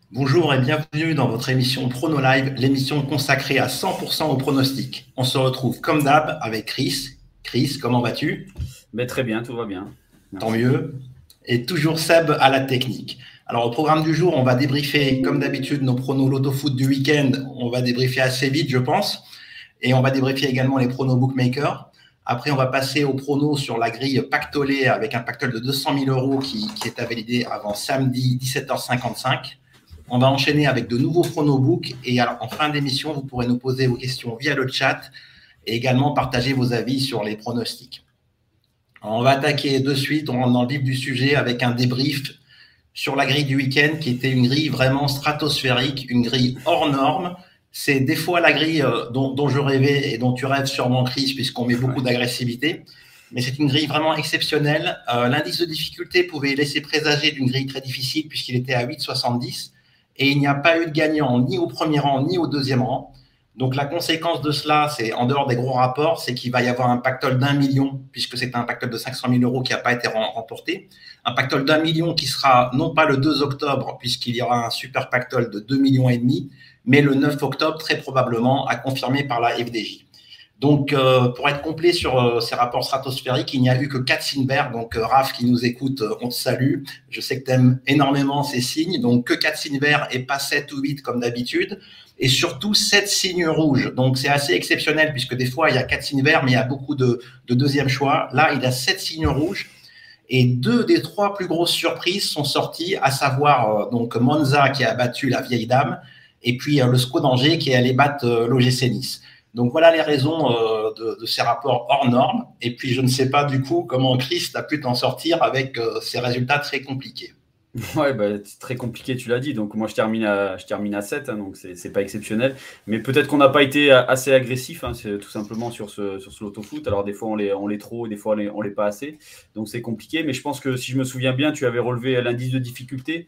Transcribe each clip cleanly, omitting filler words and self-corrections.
Bonjour et bienvenue dans votre émission Prono Live, l'émission consacrée à 100% au pronostic. On se retrouve comme d'hab avec Chris. Chris, comment vas-tu? Mais très bien, tout va bien. Tant Merci. mieux. Et toujours Seb à la technique. Alors au programme du jour, on va débriefer comme d'habitude nos pronos Loto Foot du week-end. On va débriefer assez vite, je pense. Et on va débriefer également les pronos bookmakers. Après, on va passer aux pronos sur la grille pactolée avec un pactole de 200 000 euros qui est à valider avant samedi 17h55. On va enchaîner avec de nouveaux pronobook et alors, en fin d'émission, vous pourrez nous poser vos questions via le chat et également partager vos avis sur les pronostics. Alors, on va attaquer de suite, on rentre dans le vif du sujet avec un débrief sur la grille du week-end qui était une grille vraiment stratosphérique, une grille hors norme. C'est des fois la grille dont je rêvais et dont tu rêves sûrement, Chris, puisqu'on met beaucoup d'agressivité. Mais c'est une grille vraiment exceptionnelle. L'indice de difficulté pouvait laisser présager d'une grille très difficile puisqu'il était à 8,70 et il n'y a pas eu de gagnant ni au premier rang ni au deuxième rang. Donc la conséquence de cela, c'est en dehors des gros rapports, c'est qu'il va y avoir un pactole d'1 million, puisque c'est un pactole de 500 000 euros qui n'a pas été remporté. Un pactole d'1 million qui sera non pas le 2 octobre, puisqu'il y aura un super pactole de 2,5 millions, mais le 9 octobre, très probablement, à confirmer par la FDJ. Donc, pour être complet sur ces rapports stratosphériques, il n'y a eu que 4 signes verts. Donc, Raph qui nous écoute, on te salue. Je sais que tu aimes énormément ces signes. Donc, que 4 signes verts et pas 7 ou 8 comme d'habitude. Et surtout, 7 signes rouges. Donc, c'est assez exceptionnel puisque des fois, il y a 4 signes verts, mais il y a beaucoup de deuxième choix. Là, il y a 7 signes rouges. Et 2 des 3 plus grosses surprises sont sorties, à savoir donc Monza qui a battu la vieille dame et puis le SCO d'Angers qui est allé battre l'OGC Nice. Donc voilà les raisons de ces rapports hors normes. Et puis je ne sais pas du coup comment Chris a pu t'en sortir avec ces résultats très compliqués. Ouais, bah, c'est très compliqué, tu l'as dit. Donc, moi, je termine à 7, hein, donc c'est pas exceptionnel. Mais peut-être qu'on n'a pas été assez agressif, hein, c'est tout simplement sur ce loto-foot. Alors, des fois, on les trop, des fois, on les pas assez. Donc, c'est compliqué. Mais je pense que si je me souviens bien, tu avais relevé l'indice de difficulté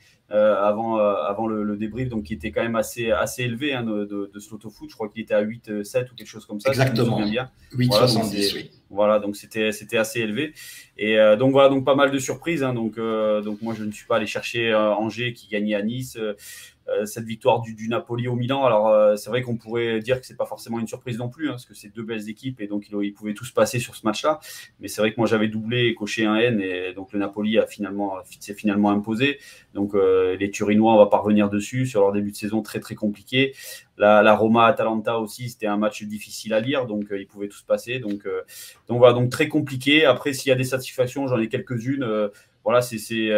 avant le débrief, donc qui était quand même assez élevé, hein, de ce loto-foot. Je crois qu'il était à 8, 7 ou quelque chose comme ça, si je me Exactement. souviens bien. Voilà, donc 8,70, oui. voilà, donc c'était assez élevé. Et donc voilà, donc pas mal de surprises, hein. Donc moi je ne suis pas allé chercher Angers qui gagnait à Nice, cette victoire du Napoli au Milan. Alors c'est vrai qu'on pourrait dire que c'est pas forcément une surprise non plus, hein, parce que c'est deux belles équipes et donc ils pouvaient tous passer sur ce match-là. Mais c'est vrai que moi j'avais doublé et coché un N et donc le Napoli s'est finalement imposé. Donc les Turinois, on va pas revenir dessus sur leur début de saison très très compliqué. La Roma-Atalanta aussi, c'était un match difficile à lire, donc ils pouvaient tous passer. Donc voilà, donc très compliqué. Après, s'il y a des satisfactions, j'en ai quelques-unes. Voilà, c'est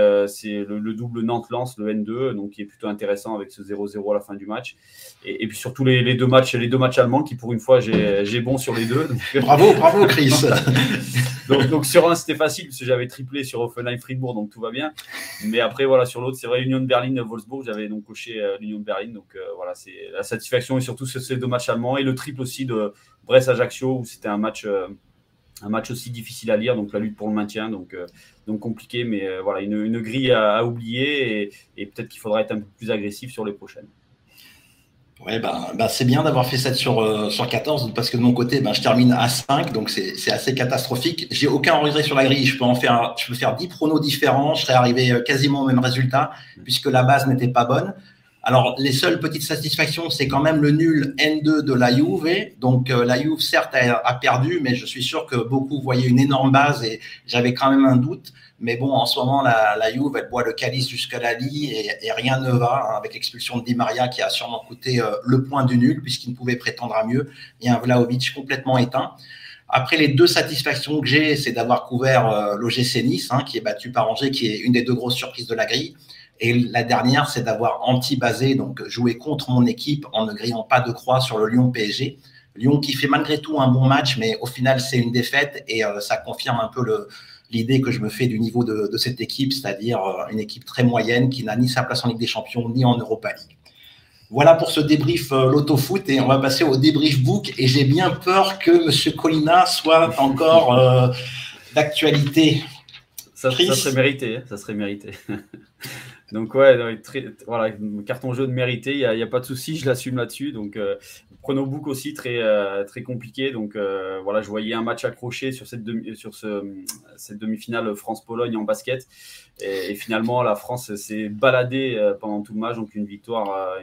le double Nantes-Lens, le N2, donc qui est plutôt intéressant avec ce 0-0 à la fin du match. Et puis surtout les deux matchs allemands qui pour une fois j'ai bon sur les deux. Bravo Chris. donc sur un c'était facile parce que j'avais triplé sur Offenheim-Fribourg, donc tout va bien. Mais après voilà, sur l'autre c'est vrai, Union de Berlin-Wolfsburg, j'avais donc coché l'Union de Berlin. Donc voilà, c'est la satisfaction et surtout sur ces deux matchs allemands et le triple aussi de Brest-Ajaccio où c'était un match aussi difficile à lire, donc la lutte pour le maintien, donc compliqué, mais voilà, une grille à oublier et peut-être qu'il faudra être un peu plus agressif sur les prochaines. Ouais, c'est bien d'avoir fait 7 sur 14 parce que de mon côté, je termine à 5, donc c'est assez catastrophique. J'ai aucun regret sur la grille. Je peux faire 10 pronos différents. Je serais arrivé quasiment au même résultat puisque la base n'était pas bonne. Alors, les seules petites satisfactions, c'est quand même le nul N2 de la Juve. Donc, la Juve, certes, a perdu, mais je suis sûr que beaucoup voyaient une énorme base et j'avais quand même un doute. Mais bon, en ce moment, la Juve, elle boit le calice jusqu'à la lie et rien ne va, hein, avec l'expulsion de Di Maria qui a sûrement coûté le point du nul puisqu'il ne pouvait prétendre à mieux et un Vlahovic complètement éteint. Après, les deux satisfactions que j'ai, c'est d'avoir couvert l'OGC Nice, hein, qui est battu par Angers, qui est une des deux grosses surprises de la grille. Et la dernière, c'est d'avoir anti-basé, donc joué contre mon équipe en ne grillant pas de croix sur le Lyon PSG. Lyon qui fait malgré tout un bon match, mais au final, c'est une défaite et ça confirme un peu l'idée que je me fais du niveau de cette équipe, c'est-à-dire une équipe très moyenne qui n'a ni sa place en Ligue des Champions ni en Europa League. Voilà pour ce débrief Loto-Foot et on va passer au débrief book et j'ai bien peur que M. Colina soit encore d'actualité. Ça serait mérité, hein, ça serait mérité. Donc ouais, voilà, carton jaune mérité, il y a pas de souci, je l'assume là-dessus. Donc Chronobook aussi très, très compliqué. Donc voilà, je voyais un match accroché sur cette demi-finale France-Pologne en basket. Et finalement, la France s'est baladée pendant tout le match. Donc une victoire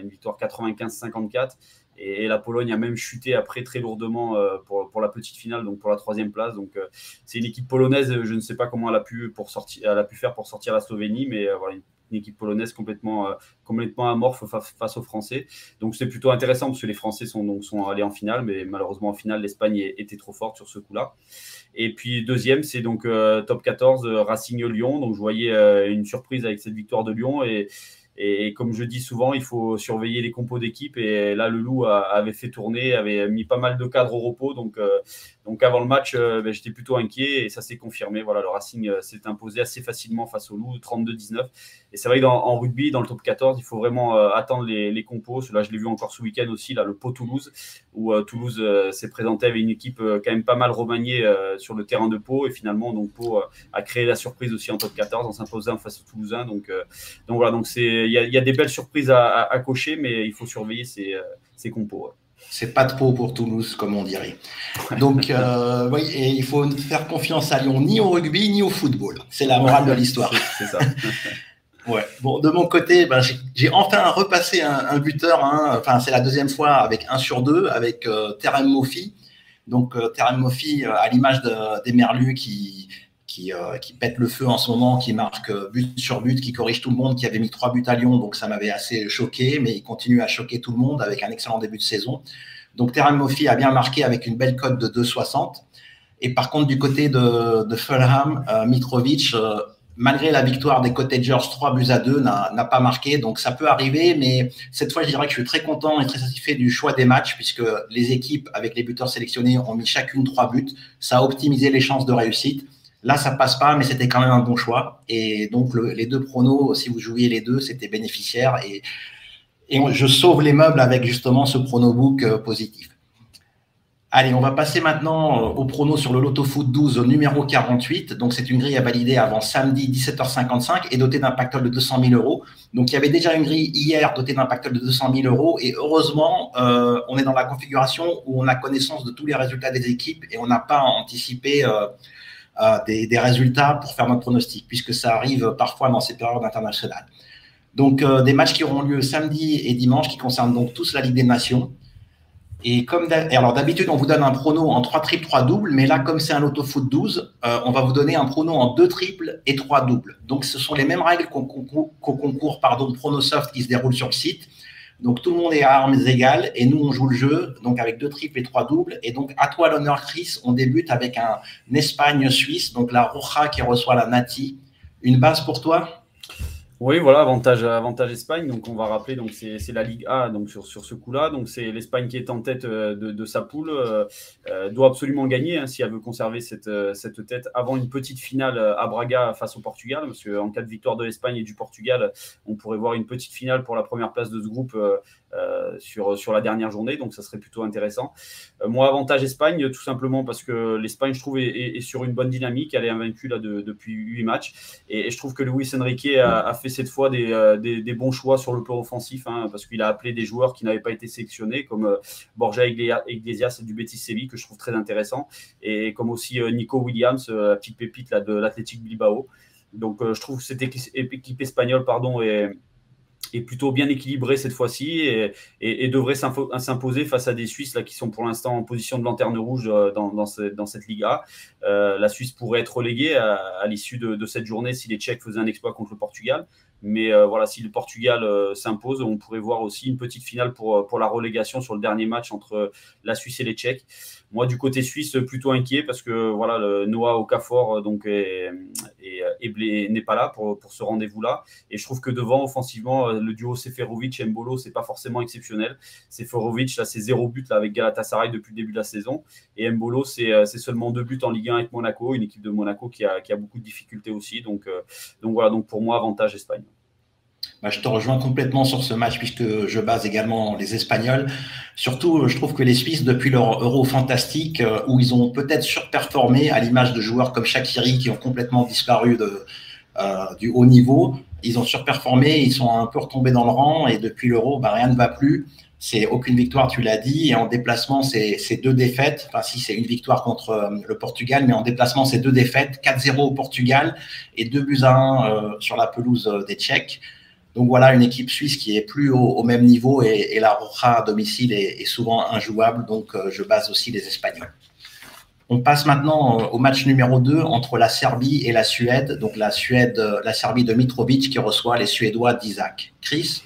95-54. Et la Pologne a même chuté après très lourdement pour la petite finale, donc pour la 3e place. Donc c'est une équipe polonaise, je ne sais pas comment elle a pu faire pour sortir la Slovénie, mais voilà, une équipe polonaise complètement amorphe face aux Français. Donc c'est plutôt intéressant parce que les Français sont allés en finale, mais malheureusement en finale, l'Espagne était trop forte sur ce coup-là. Et puis deuxième, c'est donc top 14, Racing-Lyon. Donc je voyais une surprise avec cette victoire de Lyon. Et comme je dis souvent, il faut surveiller les compos d'équipe. Et là, le Loup avait fait tourner, avait mis pas mal de cadres au repos. Donc avant le match, j'étais plutôt inquiet et ça s'est confirmé. Voilà, le Racing s'est imposé assez facilement face au Loup, 32-19. Et c'est vrai qu'en rugby, dans le top 14, il faut vraiment attendre les compos. Là, je l'ai vu encore ce week-end aussi, là, le Pau Toulouse, où Toulouse s'est présenté avec une équipe quand même pas mal remaniée sur le terrain de Pau. Et finalement, donc, Pau a créé la surprise aussi en top 14 en s'imposant face aux Toulousains. Donc voilà, donc il y a des belles surprises à cocher, mais il faut surveiller ces compos. Ouais. C'est pas de peau pour Toulouse, comme on dirait. Donc, oui, et il faut faire confiance à Lyon, ni au rugby, ni au football. C'est la morale de l'histoire. C'est ça. Ouais. Bon, de mon côté, j'ai enfin repassé un buteur. Enfin, c'est la 2e fois avec 1 sur 2, avec Terem Moffi. Donc, Terem Moffi, à l'image des Merlus qui pète le feu en ce moment, qui marque but sur but, qui corrige tout le monde, qui avait mis 3 buts à Lyon, donc ça m'avait assez choqué, mais il continue à choquer tout le monde avec un excellent début de saison. Donc Terem Moffi a bien marqué avec une belle cote de 2,60. Et par contre, du côté de Fulham, Mitrovic, malgré la victoire des Cottagers 3-2, n'a pas marqué. Donc ça peut arriver, mais cette fois, je dirais que je suis très content et très satisfait du choix des matchs, puisque les équipes avec les buteurs sélectionnés ont mis chacune 3 buts. Ça a optimisé les chances de réussite. Là, ça passe pas, mais c'était quand même un bon choix. Et donc, les 2 pronos, si vous jouiez les 2, c'était bénéficiaire. Et je sauve les meubles avec justement ce pronobook positif. Allez, on va passer maintenant au prono sur le Loto Foot 12 au numéro 48. Donc, c'est une grille à valider avant samedi 17h55 et dotée d'un pactole de 200 000 euros. Donc, il y avait déjà une grille hier dotée d'un pactole de 200 000 euros. Et heureusement, on est dans la configuration où on a connaissance de tous les résultats des équipes et on n'a pas anticipé des résultats pour faire notre pronostic, puisque ça arrive parfois dans ces périodes internationales. Donc, des matchs qui auront lieu samedi et dimanche, qui concernent donc tous la Ligue des Nations. Et alors d'habitude, on vous donne un prono en 3 triples, 3 doubles, mais là, comme c'est un Loto Foot 12, on va vous donner un prono en 2 triples et 3 doubles. Donc, ce sont les mêmes règles qu'au concours Pronosoft qui se déroule sur le site. Donc, tout le monde est à armes égales et nous, on joue le jeu, donc avec 2 triples et 3 doubles. Et donc, à toi l'honneur, Chris, on débute avec un Espagne-Suisse, donc la Roja qui reçoit la Nati. Une base pour toi? Oui, voilà, avantage Espagne. Donc, on va rappeler, donc c'est la Ligue A donc sur ce coup-là. Donc, c'est l'Espagne qui est en tête de sa poule. Doit absolument gagner si elle veut conserver cette tête avant une petite finale à Braga face au Portugal. Parce qu'en cas de victoire de l'Espagne et du Portugal, on pourrait voir une petite finale pour la première place de ce groupe sur la dernière journée. Donc, ça serait plutôt intéressant. Moi, avantage Espagne, tout simplement parce que l'Espagne, je trouve, est sur une bonne dynamique. Elle est invaincue là, depuis 8 matchs. Et je trouve que Luis Enrique a fait cette fois des bons choix sur le plan offensif, parce qu'il a appelé des joueurs qui n'avaient pas été sélectionnés, comme Borja Iglesias du Betis Séville, que je trouve très intéressant, et comme aussi Nico Williams, la petite pépite là, de l'Athletic Bilbao. Donc je trouve que cette équipe espagnole est plutôt bien équilibrée cette fois-ci et devrait s'imposer face à des Suisses là, qui sont pour l'instant en position de lanterne rouge dans cette Ligue A. La Suisse pourrait être reléguée à l'issue de cette journée si les Tchèques faisaient un exploit contre le Portugal. Mais voilà, si le Portugal s'impose, on pourrait voir aussi une petite finale pour la relégation sur le dernier match entre la Suisse et les Tchèques. Moi, du côté suisse, plutôt inquiet parce que voilà, le Noah Okafor n'est pas là pour ce rendez-vous-là. Et je trouve que devant, offensivement, le duo Seferovic-Embolo, c'est pas forcément exceptionnel. Seferovic, là, c'est 0 but là, avec Galatasaray depuis le début de la saison. Et Embolo, c'est seulement 2 buts en Ligue 1 avec Monaco, une équipe de Monaco qui a beaucoup de difficultés aussi. Donc voilà, donc pour moi, avantage Espagne. Je te rejoins complètement sur ce match puisque je base également les Espagnols. Surtout, je trouve que les Suisses, depuis leur Euro fantastique, où ils ont peut-être surperformé à l'image de joueurs comme Shaqiri qui ont complètement disparu du haut niveau, ils ont surperformé, ils sont un peu retombés dans le rang et depuis l'Euro, rien ne va plus. c'est aucune victoire, tu l'as dit, et en déplacement, c'est 2 défaites. Enfin, si c'est une victoire contre le Portugal, mais en déplacement, c'est 2 défaites, 4-0 au Portugal et 2-1 sur la pelouse des Tchèques. Donc voilà, une équipe suisse qui est plus au même niveau et la Roja à domicile est souvent injouable. Donc je base aussi les Espagnols. On passe maintenant au match numéro 2 entre la Serbie et la Suède. Donc la Serbie de Mitrovic qui reçoit les Suédois d'Isaac. Chris?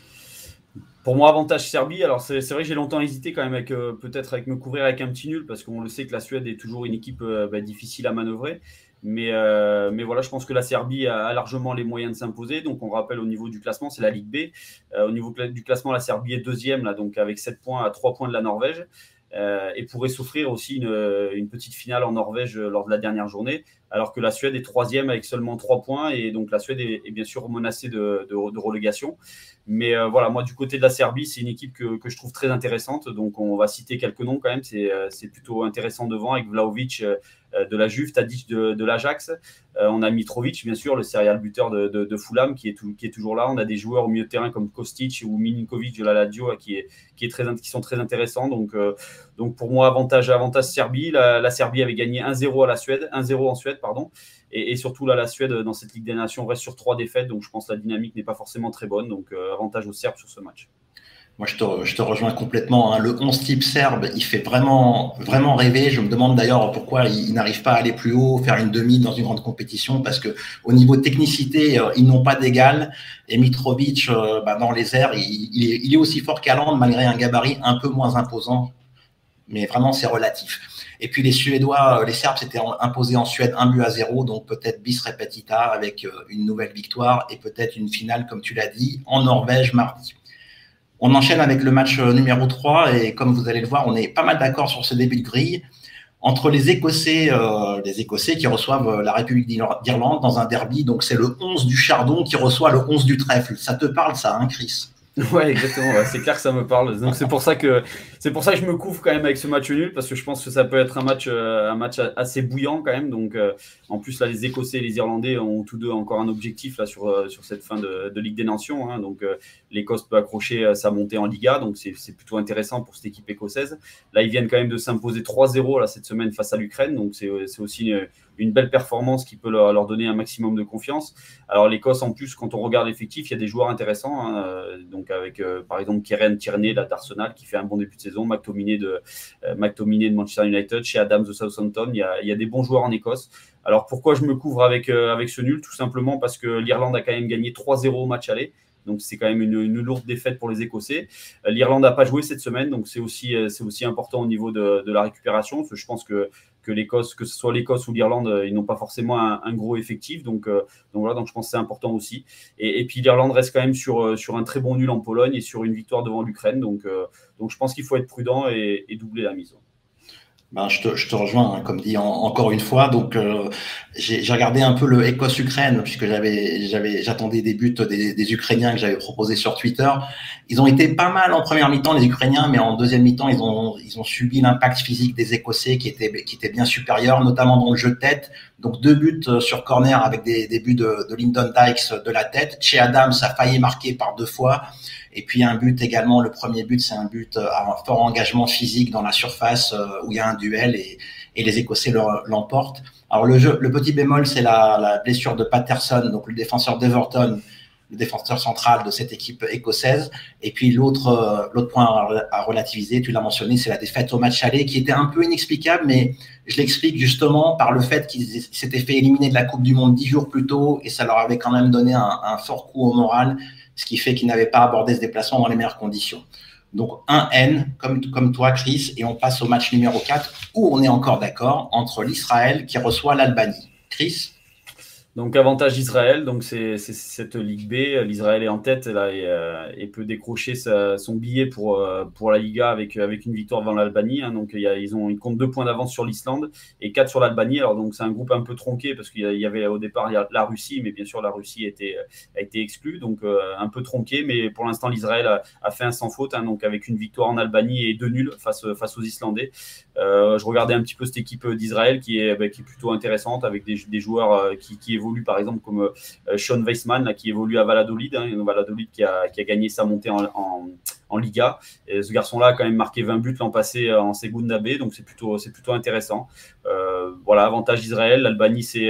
Pour moi, avantage Serbie. Alors, c'est vrai que j'ai longtemps hésité quand même peut-être avec me couvrir avec un petit nul parce qu'on le sait que la Suède est toujours une équipe difficile à manœuvrer. Mais voilà, je pense que la Serbie a largement les moyens de s'imposer. Donc, on rappelle au niveau du classement, c'est la Ligue B. Au niveau du classement, la Serbie est deuxième, là, donc avec 7 points à 3 points de la Norvège. Et pourrait s'offrir aussi une petite finale en Norvège lors de la dernière journée, alors que la Suède est troisième avec seulement 3 points, et donc la Suède est bien sûr menacée de relégation. Mais voilà, moi du côté de la Serbie, c'est une équipe que je trouve très intéressante, donc on va citer quelques noms quand même, c'est plutôt intéressant devant, avec Vlahovic de la Juve, Tadic de l'Ajax, on a Mitrovic bien sûr, le serial buteur de Fulham qui est toujours là, on a des joueurs au milieu de terrain comme Kostic ou Milinkovic de la Lazio qui sont très intéressants, donc pour moi avantage Serbie. La Serbie avait gagné 1-0 à la Suède, 1-0 en Suède pardon, et surtout là la Suède dans cette Ligue des Nations reste sur 3 défaites, donc je pense que la dynamique n'est pas forcément très bonne, donc avantage aux Serbes sur ce match. Moi, je te rejoins complètement, hein. Le 11 type serbe, il fait vraiment, vraiment rêver. Je me demande d'ailleurs pourquoi il n'arrive pas à aller plus haut, faire une demi dans une grande compétition, parce que au niveau de technicité, ils n'ont pas d'égal. Et Mitrovic, dans les airs, il est aussi fort qu'Haaland, malgré un gabarit un peu moins imposant. Mais vraiment, c'est relatif. Et puis les Suédois, les Serbes s'étaient imposés en Suède 1-0, donc peut-être bis repetita avec une nouvelle victoire et peut-être une finale, comme tu l'as dit, en Norvège mardi. On enchaîne avec le match numéro 3 et comme vous allez le voir, on est pas mal d'accord sur ce début de grille entre les Écossais qui reçoivent la République d'Irlande dans un derby. Donc c'est le 11 du Chardon qui reçoit le 11 du Trèfle. Ça te parle ça, hein, Chris? Ouais, exactement. Ouais, c'est clair que ça me parle. Donc c'est pour ça que je me couvre quand même avec ce match nul, parce que je pense que ça peut être un match assez bouillant quand même. Donc en plus là, les Écossais et les Irlandais ont tous deux encore un objectif là sur cette fin de Ligue des Nations, hein. Donc l'Écosse peut accrocher sa montée en Liga, donc c'est plutôt intéressant pour cette équipe écossaise. Là, ils viennent quand même de s'imposer 3-0 là cette semaine face à l'Ukraine, donc c'est aussi une belle performance qui peut leur donner un maximum de confiance. Alors l'Écosse, en plus, quand on regarde l'effectif, il y a des joueurs intéressants, hein, donc avec par exemple Kieran Tierney d'Arsenal qui fait un bon début de saison, McTominay de Manchester United, chez Adams de Southampton, il y a des bons joueurs en Écosse. Alors pourquoi je me couvre avec ce nul? Tout simplement parce que l'Irlande a quand même gagné 3-0 au match aller. Donc c'est quand même une lourde défaite pour les Écossais. L'Irlande n'a pas joué cette semaine, donc c'est aussi important au niveau de la récupération. Parce que je pense que l'Écosse, que ce soit l'Écosse ou l'Irlande, ils n'ont pas forcément un gros effectif. Donc voilà, donc je pense que c'est important aussi. Et puis l'Irlande reste quand même sur un très bon nul en Pologne et sur une victoire devant l'Ukraine. Donc je pense qu'il faut être prudent et doubler la mise. Je te rejoins, hein, comme dit encore une fois. Donc, j'ai regardé un peu le Écosse-Ukraine puisque j'attendais des buts des Ukrainiens que j'avais proposés sur Twitter. Ils ont été pas mal en première mi-temps, les Ukrainiens, mais en deuxième mi-temps, ils ont subi l'impact physique des Écossais qui était bien supérieur, notamment dans le jeu de tête. Donc 2 buts sur corner avec des buts de Lyndon Dykes de la tête. Chez Adams a failli marquer par 2 fois. Et puis un but également, le premier but, c'est un but à un fort engagement physique dans la surface où il y a un duel et les Écossais l'emportent. Alors le petit bémol, c'est la blessure de Patterson, donc le défenseur d'Everton, le défenseur central de cette équipe écossaise. Et puis l'autre point à relativiser, tu l'as mentionné, c'est la défaite au match aller qui était un peu inexplicable, mais je l'explique justement par le fait qu'ils s'étaient fait éliminer de la Coupe du Monde 10 jours plus tôt et ça leur avait quand même donné un fort coup au moral, ce qui fait qu'ils n'avaient pas abordé ce déplacement dans les meilleures conditions. Donc, un N, comme toi, Chris, et on passe au match numéro 4, où on est encore d'accord, entre l'Israël qui reçoit l'Albanie. Chris? Donc avantage Israël, donc c'est cette Ligue B. L'Israël est en tête là et peut décrocher son billet pour la Liga avec une victoire devant l'Albanie, hein. Donc ils comptent 2 points d'avance sur l'Islande et 4 sur l'Albanie. Alors donc c'est un groupe un peu tronqué parce qu'il y avait au départ la Russie, mais bien sûr la Russie a été exclue, donc un peu tronqué. Mais pour l'instant l'Israël a fait un sans faute, hein, donc avec une victoire en Albanie et 2 nuls face aux Islandais. Je regardais un petit peu cette équipe d'Israël qui est plutôt intéressante avec des joueurs qui évoluent, par exemple, comme Sean Weissman, là, qui évolue à Valladolid, Valladolid qui a gagné sa montée en Liga. Et ce garçon-là a quand même marqué 20 buts l'an passé en Segunda B, donc c'est plutôt intéressant. Voilà, avantage d'Israël. L'Albanie, c'est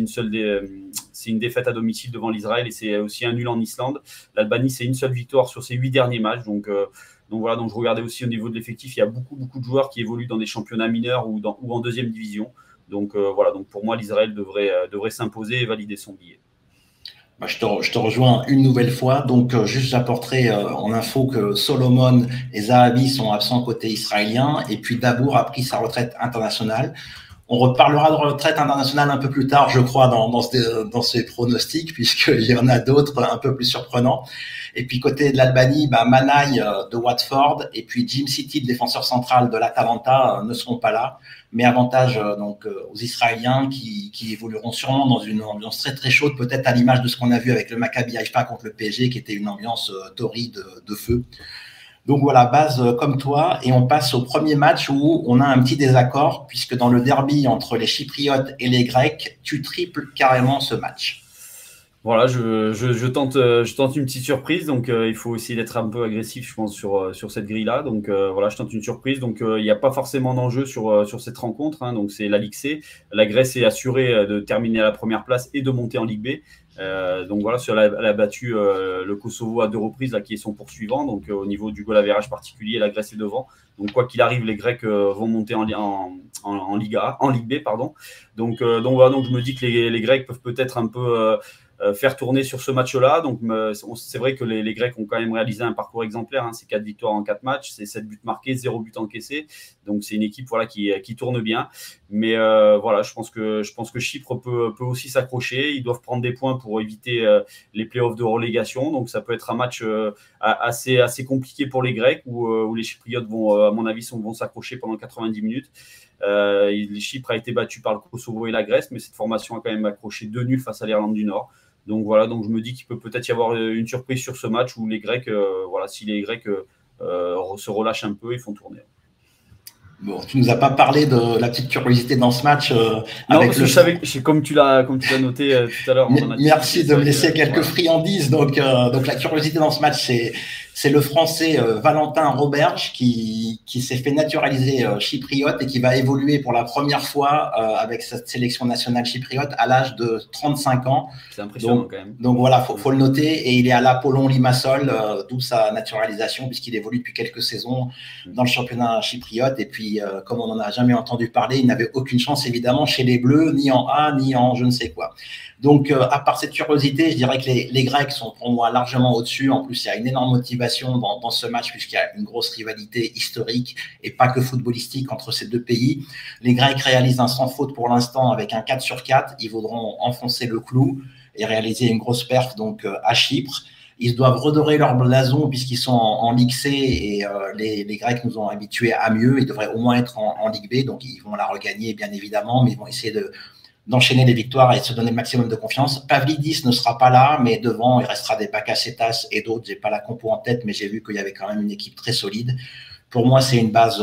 une défaite à domicile devant l'Israël et c'est aussi un nul en Islande. L'Albanie, c'est une seule victoire sur ses 8 derniers matchs. Donc voilà, donc je regardais aussi au niveau de l'effectif, il y a beaucoup de joueurs qui évoluent dans des championnats mineurs ou en deuxième division. Donc voilà, donc pour moi, l'Israël devrait s'imposer et valider son billet. Bah, je te rejoins une nouvelle fois. Donc, juste j'apporterai en info que Solomon et Zahavi sont absents côté israélien. Et puis Dabour a pris sa retraite internationale. On reparlera de retraite internationale un peu plus tard, je crois, dans ces pronostics, puisqu'il y en a d'autres un peu plus surprenants. Et puis côté de l'Albanie, Manaï de Watford et puis Jim City, le défenseur central de l'Atalanta, ne seront pas là. Mais avantage aux Israéliens qui évolueront sûrement dans une ambiance très très chaude, peut-être à l'image de ce qu'on a vu avec le Maccabi Haïfa contre le PSG, qui était une ambiance torride de feu. Donc voilà, base comme toi, et on passe au premier match où on a un petit désaccord, puisque dans le derby entre les Chypriotes et les Grecs, tu triples carrément ce match. Voilà, je tente une petite surprise, donc il faut essayer d'être un peu agressif, je pense, sur cette grille-là. Donc voilà, je tente une surprise. Donc il n'y a pas forcément d'enjeu sur cette rencontre. Donc c'est la Ligue C. La Grèce est assurée de terminer à la première place et de monter en Ligue B. Donc voilà, elle a battu le Kosovo à 2 reprises, là, qui est son poursuivant. Donc au niveau du goal average particulier, la Grèce est devant. Donc quoi qu'il arrive, les Grecs vont monter en Ligue B, pardon. Donc voilà, donc je me dis que les Grecs peuvent peut-être un peu faire tourner sur ce match-là. Donc, c'est vrai que les Grecs ont quand même réalisé un parcours exemplaire. C'est 4 victoires en 4 matchs, c'est 7 buts marqués, 0 but encaissé. Donc, c'est une équipe qui tourne bien. Mais voilà, je pense que Chypre peut aussi s'accrocher. Ils doivent prendre des points pour éviter les playoffs de relégation. Donc, ça peut être un match assez compliqué pour les Grecs où les Chypriotes à mon avis, vont s'accrocher pendant 90 minutes. Chypre a été battu par le Kosovo et la Grèce, mais cette formation a quand même accroché 2 nuls face à l'Irlande du Nord. Donc voilà, donc je me dis qu'il peut peut-être y avoir une surprise sur ce match où les Grecs, si les Grecs se relâchent un peu, ils font tourner. Bon, tu nous as pas parlé de la petite curiosité dans ce match. Non, parce que je savais, comme tu l'as noté tout à l'heure. Merci de me laisser quelques friandises. Donc la curiosité dans ce match, c'est le Français Valentin Roberge qui s'est fait naturaliser chypriote et qui va évoluer pour la première fois avec cette sélection nationale chypriote à l'âge de 35 ans. C'est impressionnant quand même. Donc voilà, faut le noter. Et il est à l'Apollon Limassol, d'où sa naturalisation, puisqu'il évolue depuis quelques saisons dans le championnat chypriote. Et puis, comme on n'en a jamais entendu parler, il n'avait aucune chance évidemment chez les Bleus, ni en A, ni en je ne sais quoi. Donc, à part cette curiosité, je dirais que les Grecs sont pour moi largement au-dessus. En plus, il y a une énorme motivation dans ce match puisqu'il y a une grosse rivalité historique et pas que footballistique entre ces deux pays. Les Grecs réalisent un sans faute pour l'instant avec un 4/4. Ils voudront enfoncer le clou et réaliser une grosse perf donc à Chypre. Ils doivent redorer leur blason puisqu'ils sont en Ligue C et les Grecs nous ont habitués à mieux. Ils devraient au moins être en Ligue B, donc ils vont la regagner bien évidemment, mais ils vont essayer d'enchaîner les victoires et de se donner le maximum de confiance. Pavlidis ne sera pas là, mais devant, il restera des Bakasetas et d'autres. J'ai pas la compo en tête, mais j'ai vu qu'il y avait quand même une équipe très solide. Pour moi, c'est une base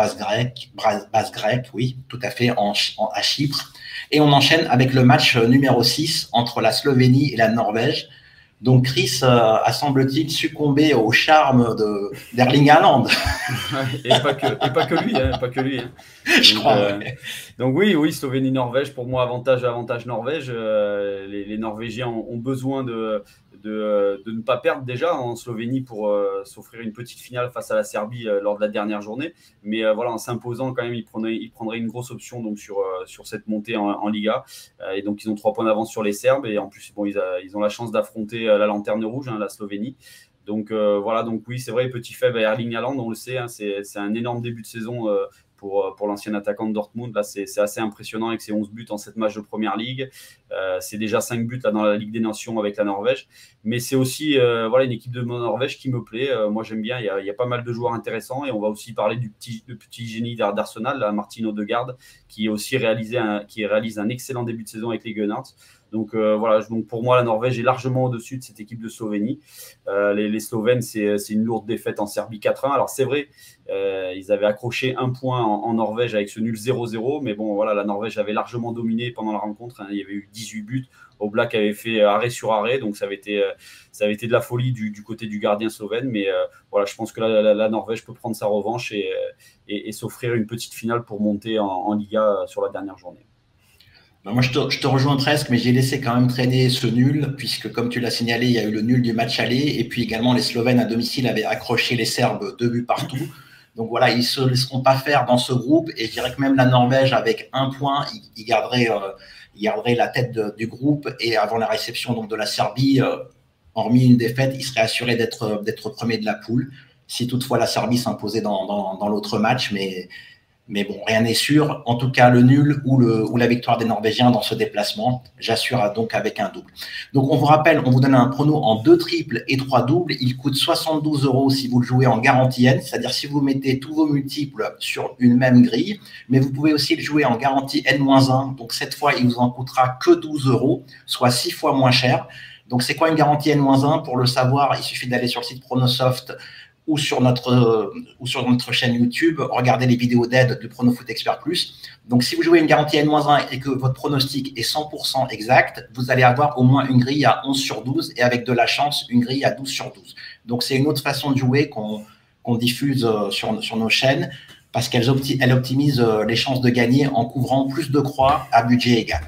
grecque, oui, tout à fait, à Chypre. Et on enchaîne avec le match numéro 6 entre la Slovénie et la Norvège. Donc Chris a semble-t-il succombé au charme d'Erling Haaland. Et pas que lui. Je crois. Donc oui, Slovénie-Norvège, pour moi, avantage Norvège. Les Norvégiens ont besoin de ne pas perdre déjà en Slovénie pour s'offrir une petite finale face à la Serbie lors de la dernière journée. Mais voilà, en s'imposant quand même, ils prendraient une grosse option donc sur cette montée en Liga. Et donc ils ont 3 points d'avance sur les Serbes. Et en plus, ils ont la chance d'affronter la lanterne rouge, la Slovénie. Donc voilà, donc oui, c'est vrai, petit faible à Erling Haaland, on le sait, c'est un énorme début de saison pour l'ancien attaquant de Dortmund. Là, c'est assez impressionnant avec ses 11 buts en 7 matchs de Première Ligue. C'est déjà 5 buts là, dans la Ligue des Nations avec la Norvège. Mais c'est aussi une équipe de Norvège qui me plaît. Moi, j'aime bien. Il y a pas mal de joueurs intéressants. Et on va aussi parler du petit génie d'Arsenal, Martin Odegaard, qui réalise un excellent début de saison avec les Gunners. Donc voilà, donc pour moi, la Norvège est largement au-dessus de cette équipe de Slovénie. Les Slovènes, c'est une lourde défaite en Serbie 4-1. Alors c'est vrai, ils avaient accroché un point en Norvège avec ce nul 0-0, mais bon, voilà, la Norvège avait largement dominé pendant la rencontre. Il y avait eu 18 buts. Oblak avait fait arrêt sur arrêt, donc ça avait été de la folie du côté du gardien slovène. Mais voilà, je pense que la Norvège peut prendre sa revanche et s'offrir une petite finale pour monter en Liga sur la dernière journée. Moi, je te rejoins presque, mais j'ai laissé quand même traîner ce nul, puisque comme tu l'as signalé, il y a eu le nul du match aller, et puis également les Slovènes à domicile avaient accroché les Serbes 2 buts partout. Donc voilà, ils ne se laisseront pas faire dans ce groupe, et je dirais que même la Norvège, avec un point, ils garderaient la tête du groupe, et avant la réception donc, de la Serbie, hormis une défaite, ils seraient assurés d'être premiers de la poule, si toutefois la Serbie s'imposait dans l'autre match, mais bon, rien n'est sûr. En tout cas, le nul ou la victoire des Norvégiens dans ce déplacement, j'assure donc avec un double. Donc, on vous rappelle, on vous donne un prono en 2 triples et 3 doubles. Il coûte 72 € si vous le jouez en garantie N, c'est-à-dire si vous mettez tous vos multiples sur une même grille. Mais vous pouvez aussi le jouer en garantie N-1. Donc, cette fois, il vous en coûtera que 12 €, soit 6 fois moins cher. Donc, c'est quoi une garantie N-1? Pour le savoir, il suffit d'aller sur le site Pronosoft ou sur notre chaîne YouTube, regardez les vidéos d'aide de Pronofoot Expert Plus. Donc, si vous jouez une garantie N-1 et que votre pronostic est 100% exact, vous allez avoir au moins une grille à 11 sur 12 et avec de la chance, une grille à 12 sur 12. Donc, c'est une autre façon de jouer qu'on diffuse sur nos chaînes parce qu'elle optimise les chances de gagner en couvrant plus de croix à budget égal.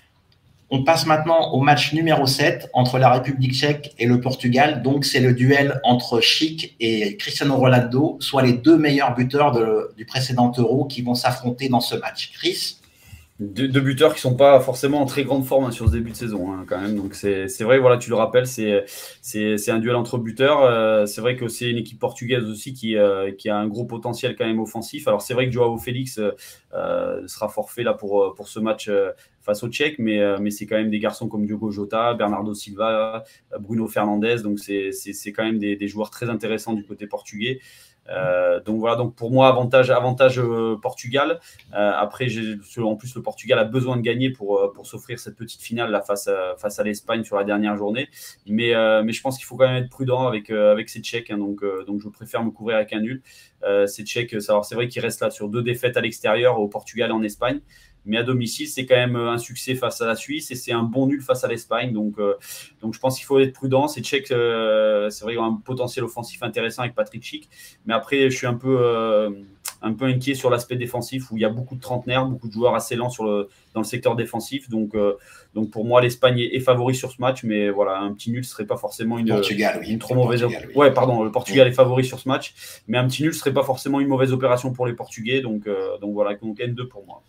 On passe maintenant au match numéro 7 entre la République tchèque et le Portugal. Donc, c'est le duel entre Schick et Cristiano Ronaldo, soit les 2 meilleurs buteurs du précédent Euro qui vont s'affronter dans ce match. Chris? Deux buteurs qui sont pas forcément en très grande forme sur ce début de saison quand même. Donc c'est vrai, voilà, tu le rappelles, c'est un duel entre buteurs. C'est vrai que c'est une équipe portugaise aussi qui a un gros potentiel quand même offensif. Alors c'est vrai que Joao Félix sera forfait là pour ce match face aux Tchèques, mais c'est quand même des garçons comme Diogo Jota, Bernardo Silva, Bruno Fernandes. Donc c'est quand même des joueurs très intéressants du côté portugais. Donc voilà, donc pour moi avantage Portugal. Après en plus le Portugal a besoin de gagner pour s'offrir cette petite finale là, face à l'Espagne sur la dernière journée, mais je pense qu'il faut quand même être prudent avec ces Tchèques, donc je préfère me couvrir avec un nul. Ces Tchèques, c'est vrai qu'ils restent là sur 2 défaites à l'extérieur, au Portugal et en Espagne, mais à domicile c'est quand même un succès face à la Suisse et c'est un bon nul face à l'Espagne, donc je pense qu'il faut être prudent. Ces Tchèques, c'est vrai qu'ils ont un potentiel offensif intéressant avec Patrick Schick, mais après je suis un peu inquiet sur l'aspect défensif où il y a beaucoup de trentenaires, beaucoup de joueurs assez lents dans le secteur défensif, donc pour moi l'Espagne est favori sur ce match, mais voilà, un petit nul serait pas forcément une trop mauvaise opération. Oui. Ouais, pardon, le Portugal est favori sur ce match, mais un petit nul serait pas forcément une mauvaise opération pour les Portugais, donc voilà, donc N2 pour moi.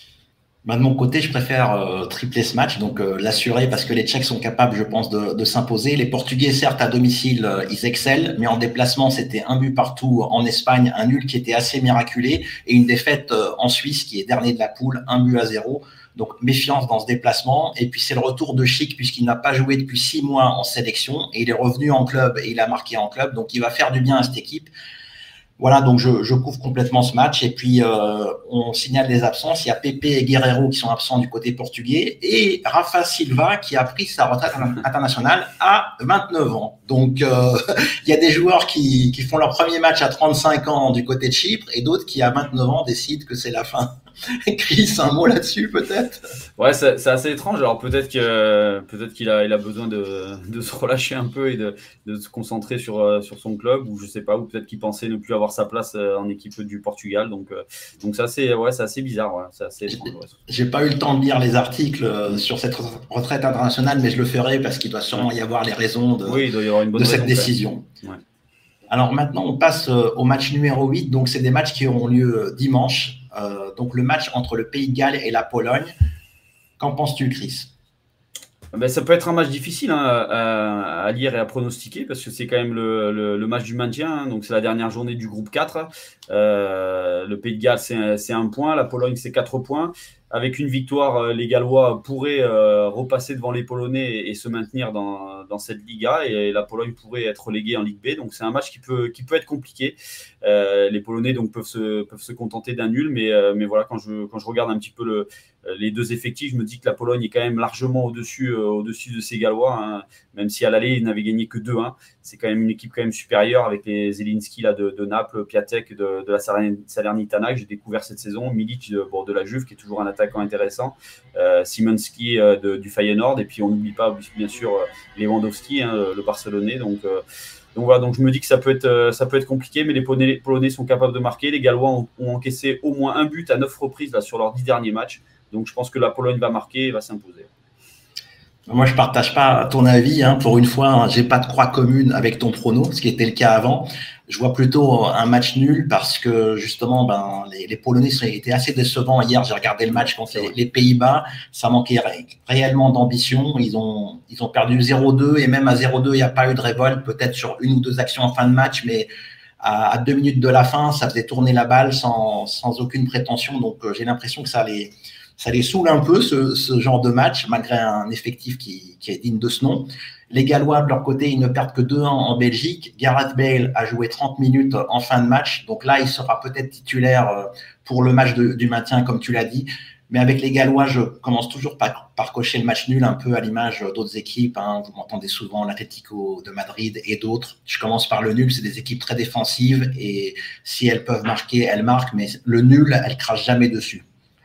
De mon côté, je préfère tripler ce match, donc l'assurer parce que les Tchèques sont capables, je pense, de s'imposer. Les Portugais, certes, à domicile, ils excellent, mais en déplacement, c'était un but partout en Espagne, un nul qui était assez miraculé et une défaite en Suisse qui est dernier de la poule, 1-0. Donc, méfiance dans ce déplacement. Et puis, c'est le retour de Schick puisqu'il n'a pas joué depuis 6 mois en sélection et il est revenu en club et il a marqué en club. Donc, il va faire du bien à cette équipe. Voilà, donc je couvre complètement ce match. Et puis, on signale des absences. Il y a Pepe et Guerreiro qui sont absents du côté portugais et Rafa Silva qui a pris sa retraite internationale à 29 ans. Donc, il y a des joueurs qui font leur premier match à 35 ans du côté de Chypre et d'autres qui, à 29 ans, décident que c'est la fin. Chris, un mot là-dessus peut-être? Ouais, c'est assez étrange. Alors peut-être qu'il a besoin de se relâcher un peu et de se concentrer sur son club, ou je sais pas, ou peut-être qu'il pensait ne plus avoir sa place en équipe du Portugal. Donc c'est assez bizarre. Ouais, c'est assez étrange. Ouais. J'ai pas eu le temps de lire les articles sur cette retraite internationale, mais je le ferai parce qu'il doit sûrement y avoir les raisons il doit y avoir une bonne cette décision. Ouais. Alors maintenant, on passe au match numéro 8. Donc, c'est des matchs qui auront lieu dimanche. Donc, le match entre le Pays de Galles et la Pologne. Qu'en penses-tu, Chris? Ben, ça peut être un match difficile à lire et à pronostiquer parce que c'est quand même le match du maintien. Donc, c'est la dernière journée du groupe 4. Le Pays de Galles, c'est 1 point. La Pologne, c'est 4 points. avec une victoire, les Gallois pourraient repasser devant les Polonais et se maintenir dans cette Liga. Et la Pologne pourrait être reléguée en Ligue B. Donc, c'est un match qui peut être compliqué. Les Polonais donc, peuvent se contenter d'un nul. Mais voilà, quand je regarde un petit peu les deux effectifs, je me dis que la Pologne est quand même largement au-dessus de ces Gallois. Hein. Même si à l'aller, ils n'avaient gagné que 2-1. C'est quand même une équipe quand même supérieure avec les Zelinski là, de Naples, Piatek de la Salernitana que j'ai découvert cette saison, Milic de la Juve qui est toujours un attaquant intéressant, Szymanski du Feyenoord, et puis on n'oublie pas bien sûr Lewandowski, hein, le Barcelonais. Donc voilà, donc je me dis que ça peut être compliqué, mais les Polonais sont capables de marquer. Les Gallois ont encaissé au moins un but à 9 reprises là, sur leurs 10 derniers matchs. Donc je pense que la Pologne va marquer et va s'imposer. Moi, je partage pas ton avis. Hein. Pour une fois, hein, j'ai pas de croix commune avec ton prono, ce qui était le cas avant. Je vois plutôt un match nul parce que justement, les Polonais étaient assez décevants hier. J'ai regardé le match contre les Pays-Bas. Ça manquait réellement d'ambition. Ils ont perdu 0-2 et même à 0-2, il n'y a pas eu de révolte. Peut-être sur une ou deux actions en fin de match, mais à 2 minutes de la fin, ça faisait tourner la balle sans aucune prétention. Donc, j'ai l'impression que ça les saoule un peu, ce genre de match, malgré un effectif qui est digne de ce nom. Les Gallois, de leur côté, ils ne perdent que 2-1 en Belgique. Gareth Bale a joué 30 minutes en fin de match. Donc là, il sera peut-être titulaire pour le match du maintien, comme tu l'as dit. Mais avec les Gallois, je commence toujours par cocher le match nul, un peu à l'image d'autres équipes. Hein. Vous m'entendez souvent, l'Atlético de Madrid et d'autres. Je commence par le nul. C'est des équipes très défensives. Et si elles peuvent marquer, elles marquent. Mais le nul, elles ne crachent jamais dessus.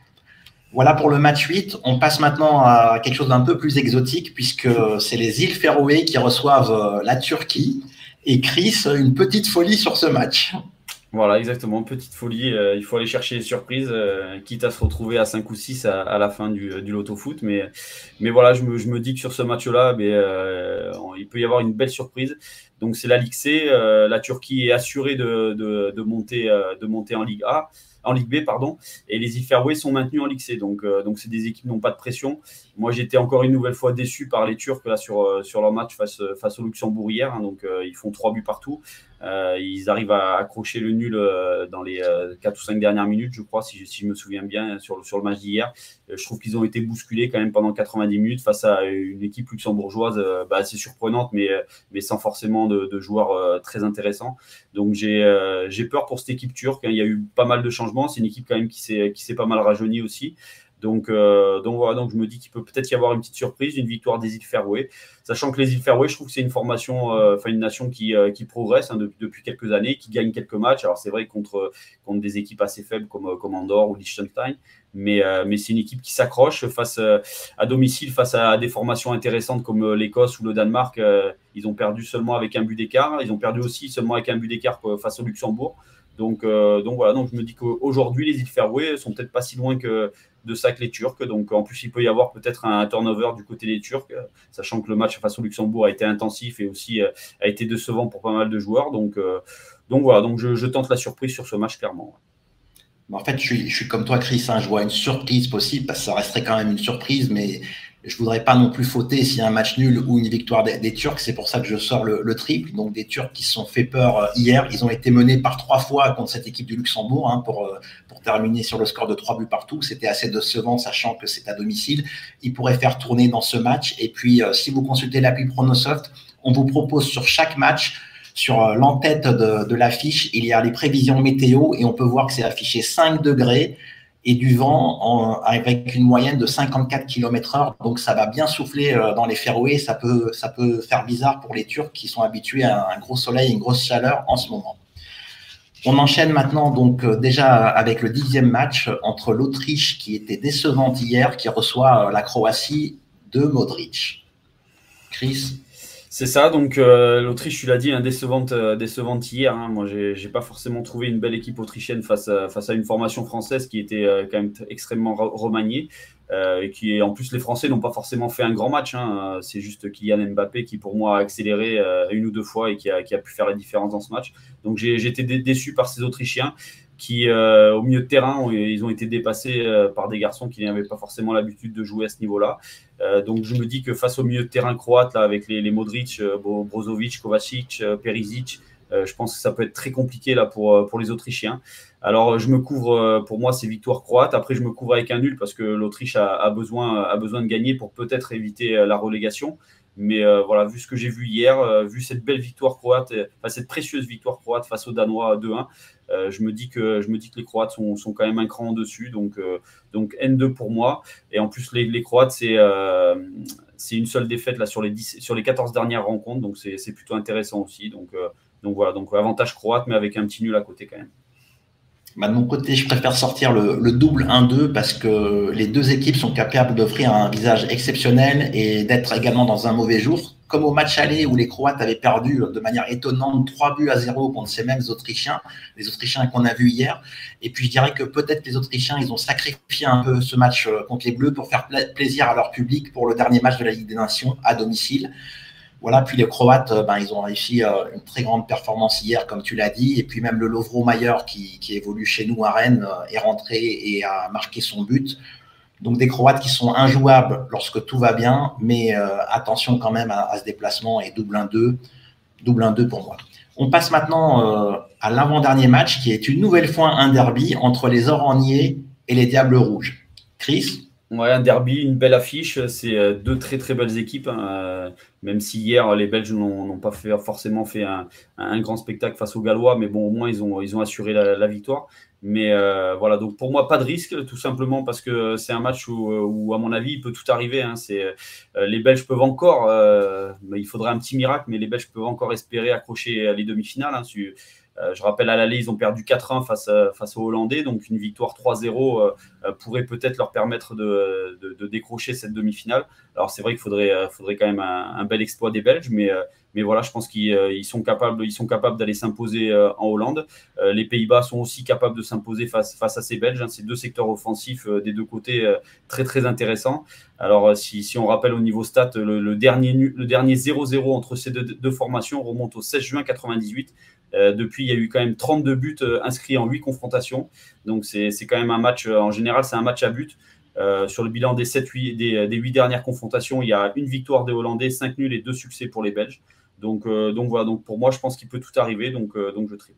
Voilà pour le match 8. On passe maintenant à quelque chose d'un peu plus exotique puisque c'est les îles Féroé qui reçoivent la Turquie. Et Chris, une petite folie sur ce match. Voilà, exactement, petite folie. Il faut aller chercher les surprises, quitte à se retrouver à 5 ou 6 à la fin du loto foot. Mais voilà, je me dis que sur ce match-là, il peut y avoir une belle surprise. Donc c'est la Ligue C. La Turquie est assurée de monter en Ligue A. En Ligue B, pardon, et les îles Féroé sont maintenus en Ligue C. Donc c'est des équipes qui n'ont pas de pression. Moi, j'étais encore une nouvelle fois déçu par les Turcs là, sur leur match face au Luxembourg hier. Hein, donc, ils font 3 buts partout. Ils arrivent à accrocher le nul dans les 4 ou 5 dernières minutes, je crois, si je me souviens bien, sur le match d'hier. Je trouve qu'ils ont été bousculés quand même pendant 90 minutes face à une équipe luxembourgeoise assez surprenante, mais sans forcément de joueurs très intéressants. Donc, j'ai peur pour cette équipe turque. Hein. Il y a eu pas mal de changements. C'est une équipe quand même qui s'est pas mal rajeunie aussi. Donc voilà, donc je me dis qu'il peut peut-être y avoir une petite surprise, une victoire des îles Féroé. Sachant que les îles Féroé, je trouve que c'est une nation qui progresse hein, depuis quelques années, qui gagne quelques matchs. Alors c'est vrai contre des équipes assez faibles comme Andorre ou Liechtenstein, mais c'est une équipe qui s'accroche à domicile face à des formations intéressantes comme l'Écosse ou le Danemark. Ils ont perdu seulement avec un but d'écart. Ils ont perdu aussi seulement avec un but d'écart face au Luxembourg. Donc voilà, donc je me dis qu'aujourd'hui les îles Féroé sont peut-être pas si loin de ça que les Turcs. Donc en plus il peut y avoir peut-être un turnover du côté des Turcs, sachant que le match face au Luxembourg a été intensif et aussi a été décevant pour pas mal de joueurs. Donc voilà, donc je tente la surprise sur ce match clairement. En fait, je suis comme toi, Chris. Hein, je vois une surprise possible parce que ça resterait quand même une surprise, mais je voudrais pas non plus fauter s'il y a un match nul ou une victoire des Turcs. C'est pour ça que je sors le triple. Donc des Turcs qui se sont fait peur hier. Ils ont été menés par 3 fois contre cette équipe du Luxembourg hein, pour terminer sur le score de 3 buts partout. C'était assez décevant, sachant que c'est à domicile. Ils pourraient faire tourner dans ce match. Et puis, si vous consultez l'appli Pronosoft, on vous propose sur chaque match, sur l'entête de l'affiche, il y a les prévisions météo et on peut voir que c'est affiché 5 degrés et du vent avec une moyenne de 54 km/h. Donc, ça va bien souffler dans les Féroé. Ça peut faire bizarre pour les Turcs qui sont habitués à un gros soleil, une grosse chaleur en ce moment. On enchaîne maintenant donc déjà avec le 10e match entre l'Autriche qui était décevante hier, qui reçoit la Croatie de Modric. Chris? C'est ça, donc l'Autriche, tu l'as dit, hein, décevante hier. Hein. Moi, j'ai pas forcément trouvé une belle équipe autrichienne face à une formation française qui était quand même extrêmement remaniée. Et qui, en plus, les Français n'ont pas forcément fait un grand match. Hein. C'est juste Kylian Mbappé qui, pour moi, a accéléré une ou deux fois et qui a pu faire la différence dans ce match. Donc, j'ai été déçu par ces Autrichiens qui, au milieu de terrain, ils ont été dépassés par des garçons qui n'avaient pas forcément l'habitude de jouer à ce niveau-là. Donc, je me dis que face au milieu de terrain croate, là, avec les Modric, Brozovic, Kovacic, Perisic, Je pense que ça peut être très compliqué là pour les Autrichiens. Alors, je me couvre, pour moi, c'est victoire croate. Après, je me couvre avec un nul parce que l'Autriche a besoin de gagner pour peut-être éviter la relégation. Mais voilà, vu ce que j'ai vu hier, vu cette belle victoire croate, cette précieuse victoire croate face aux Danois 2-1, je me dis que les Croates sont quand même un cran au-dessus. Donc N2 pour moi. Et en plus, les Croates, c'est une seule défaite là, sur les 14 dernières rencontres. Donc, c'est plutôt intéressant aussi. Donc voilà, donc avantage croate, mais avec un petit nul à côté quand même. Bah, de mon côté, je préfère sortir le double 1-2 parce que les deux équipes sont capables d'offrir un visage exceptionnel et d'être également dans un mauvais jour. Comme au match aller où les Croates avaient perdu de manière étonnante 3-0 contre ces mêmes Autrichiens, les Autrichiens qu'on a vus hier. Et puis je dirais que peut-être les Autrichiens, ils ont sacrifié un peu ce match contre les Bleus pour faire plaisir à leur public pour le dernier match de la Ligue des Nations à domicile. Voilà, puis les Croates, ils ont réussi une très grande performance hier, comme tu l'as dit. Et puis même le Lovro Mayer, qui évolue chez nous à Rennes, est rentré et a marqué son but. Donc des Croates qui sont injouables lorsque tout va bien, mais attention quand même à ce déplacement et double 1-2 pour moi. On passe maintenant à l'avant-dernier match, qui est une nouvelle fois un derby entre les Oraniers et les Diables Rouges. Chris ? Ouais, un derby, une belle affiche. C'est deux très très belles équipes. Même si hier les Belges n'ont pas forcément fait un grand spectacle face aux Gallois, mais bon, au moins ils ont assuré la victoire. Mais voilà, donc pour moi, pas de risque, tout simplement parce que c'est un match où à mon avis, il peut tout arriver. Hein. Les Belges peuvent encore, mais il faudrait un petit miracle, mais les Belges peuvent encore espérer accrocher les demi-finales. Hein. Je rappelle, à l'aller, ils ont perdu 4-1 face aux Hollandais, donc une victoire 3-0 pourrait peut-être leur permettre de décrocher cette demi-finale. Alors c'est vrai qu'il faudrait quand même un bel exploit des Belges, mais voilà, je pense qu'ils sont capables d'aller s'imposer en Hollande. Les Pays-Bas sont aussi capables de s'imposer face à ces Belges. Hein. C'est deux secteurs offensifs des deux côtés très très intéressants. Alors si on rappelle au niveau stat, le dernier 0-0 entre ces deux formations remonte au 16 juin 1998. Depuis, il y a eu quand même 32 buts inscrits en 8 confrontations. Donc, c'est quand même un match, en général, c'est un match à but. Sur le bilan des 8 dernières confrontations, il y a une victoire des Hollandais, 5 nuls et 2 succès pour les Belges. Donc voilà, donc pour moi, je pense qu'il peut tout arriver. Donc je triple.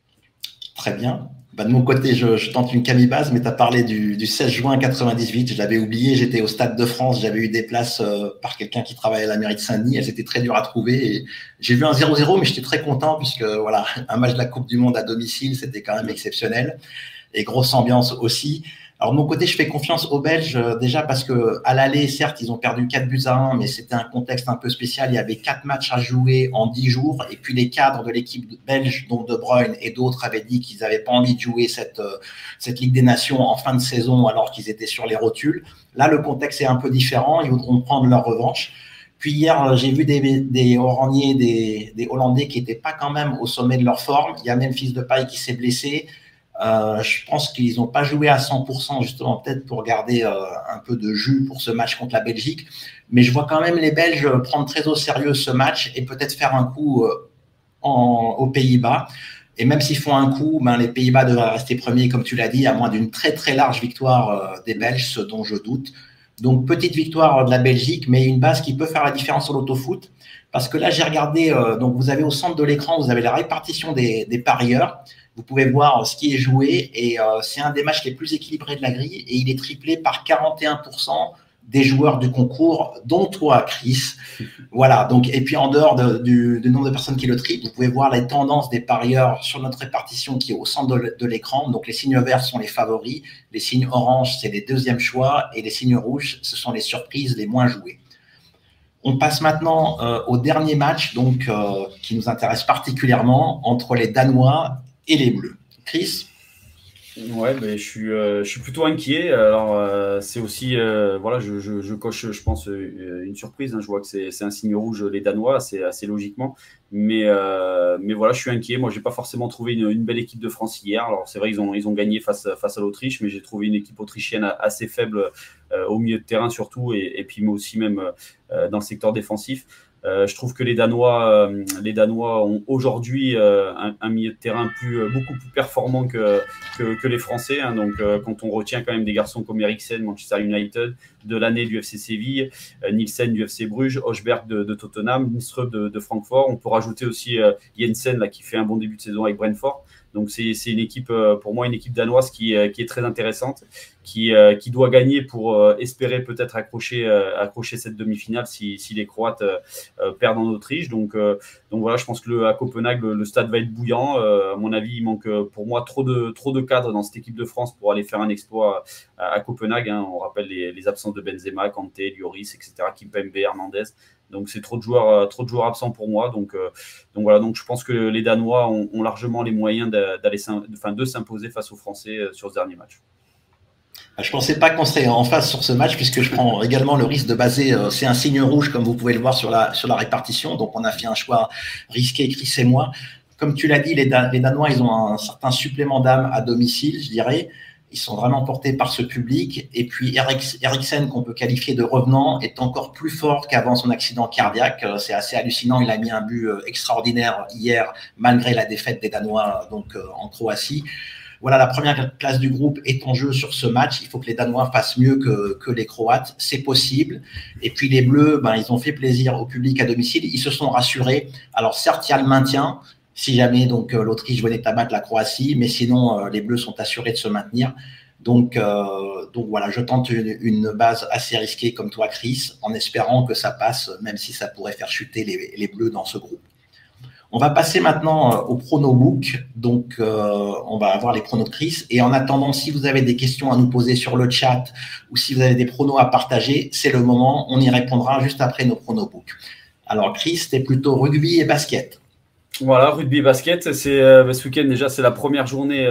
Très bien. De mon côté, je tente une camibase, mais tu as parlé du 16 juin 98. Je l'avais oublié, j'étais au Stade de France, j'avais eu des places par quelqu'un qui travaillait à la mairie de Saint-Denis. Elles étaient très dures à trouver. Et j'ai vu un 0-0, mais j'étais très content puisque voilà, un match de la Coupe du Monde à domicile, c'était quand même exceptionnel. Et grosse ambiance aussi. Alors, de mon côté, je fais confiance aux Belges, déjà parce que à l'aller, certes, ils ont perdu 4-1, mais c'était un contexte un peu spécial. Il y avait 4 matchs à jouer en 10 jours. Et puis, les cadres de l'équipe belge, dont De Bruyne et d'autres, avaient dit qu'ils n'avaient pas envie de jouer cette Ligue des Nations en fin de saison alors qu'ils étaient sur les rotules. Là, le contexte est un peu différent. Ils voudront prendre leur revanche. Puis hier, j'ai vu des Oraniers, des Hollandais qui n'étaient pas quand même au sommet de leur forme. Il y a Memphis Depay qui s'est blessé. Je pense qu'ils n'ont pas joué à 100%, justement, peut-être pour garder un peu de jus pour ce match contre la Belgique. Mais je vois quand même les Belges prendre très au sérieux ce match et peut-être faire un coup aux Pays-Bas. Et même s'ils font un coup, les Pays-Bas devraient rester premiers, comme tu l'as dit, à moins d'une très très large victoire des Belges, ce dont je doute. Donc, petite victoire de la Belgique, mais une base qui peut faire la différence sur l'autofoot. Parce que là, j'ai regardé, donc vous avez au centre de l'écran, vous avez la répartition des parieurs. Vous pouvez voir ce qui est joué et c'est un des matchs les plus équilibrés de la grille et il est triplé par 41% des joueurs du concours, dont toi, Chris. Voilà, donc, et puis en dehors du nombre de personnes qui le triplent, vous pouvez voir les tendances des parieurs sur notre répartition qui est au centre de l'écran. Donc les signes verts sont les favoris, les signes orange, c'est les deuxièmes choix et les signes rouges, ce sont les surprises les moins jouées. On passe maintenant au dernier match donc, qui nous intéresse particulièrement entre les Danois et les Bleus. Chris ? Ouais, mais je suis plutôt inquiet. Alors, c'est aussi, voilà, je coche, je pense, une surprise. Hein. Je vois que c'est un signe rouge, les Danois, assez logiquement. Mais voilà, je suis inquiet. Moi, j'ai pas forcément trouvé une belle équipe de France hier. Alors, c'est vrai, ils ont gagné face à l'Autriche, mais j'ai trouvé une équipe autrichienne assez faible au milieu de terrain surtout, et puis aussi même dans le secteur défensif. Je trouve que les Danois ont aujourd'hui un milieu de terrain beaucoup plus performant que les Français. Hein. Donc, quand on retient quand même des garçons comme Eriksen, Manchester United, Delaney du FC Séville, Nielsen du FC Bruges, Højbjerg de Tottenham, Nyström de Francfort. On peut rajouter aussi Jensen là, qui fait un bon début de saison avec Brentford. Donc, c'est une équipe, pour moi, une équipe danoise qui est très intéressante, qui doit gagner pour espérer peut-être accrocher cette demi-finale si les Croates perdent en Autriche. Donc voilà, je pense que à Copenhague, le stade va être bouillant. À mon avis, il manque pour moi trop de cadres dans cette équipe de France pour aller faire un exploit à Copenhague. Hein. On rappelle les absences de Benzema, Kanté, Lloris, etc., Kimpembe, Hernandez. Donc c'est trop de joueurs absents pour moi. Donc voilà, donc je pense que les Danois ont largement les moyens de s'imposer face aux Français sur ce dernier match. Je ne pensais pas qu'on serait en face sur ce match, puisque je prends également le risque de baser, c'est un signe rouge, comme vous pouvez le voir sur la répartition. Donc, on a fait un choix risqué, Chris et moi. Comme tu l'as dit, les Danois, ils ont un certain supplément d'âme à domicile, je dirais. Ils sont vraiment portés par ce public. Et puis, Eriksen, qu'on peut qualifier de revenant, est encore plus fort qu'avant son accident cardiaque. C'est assez hallucinant. Il a mis un but extraordinaire hier, malgré la défaite des Danois donc en Croatie. Voilà, la première place du groupe est en jeu sur ce match. Il faut que les Danois fassent mieux que les Croates. C'est possible. Et puis les Bleus, ils ont fait plaisir au public à domicile. Ils se sont rassurés. Alors certes, il y a le maintien, si jamais donc l'Autriche venait à battre la Croatie, mais sinon les Bleus sont assurés de se maintenir. Donc voilà, je tente une base assez risquée comme toi, Chris, en espérant que ça passe, même si ça pourrait faire chuter les Bleus dans ce groupe. On va passer maintenant au pronobook. Donc, on va avoir les pronos de Chris. Et en attendant, si vous avez des questions à nous poser sur le chat ou si vous avez des pronos à partager, c'est le moment. On y répondra juste après nos pronobooks. Alors, Chris, c'était plutôt rugby et basket. Voilà, rugby et basket. C'est ce week-end déjà, c'est la première journée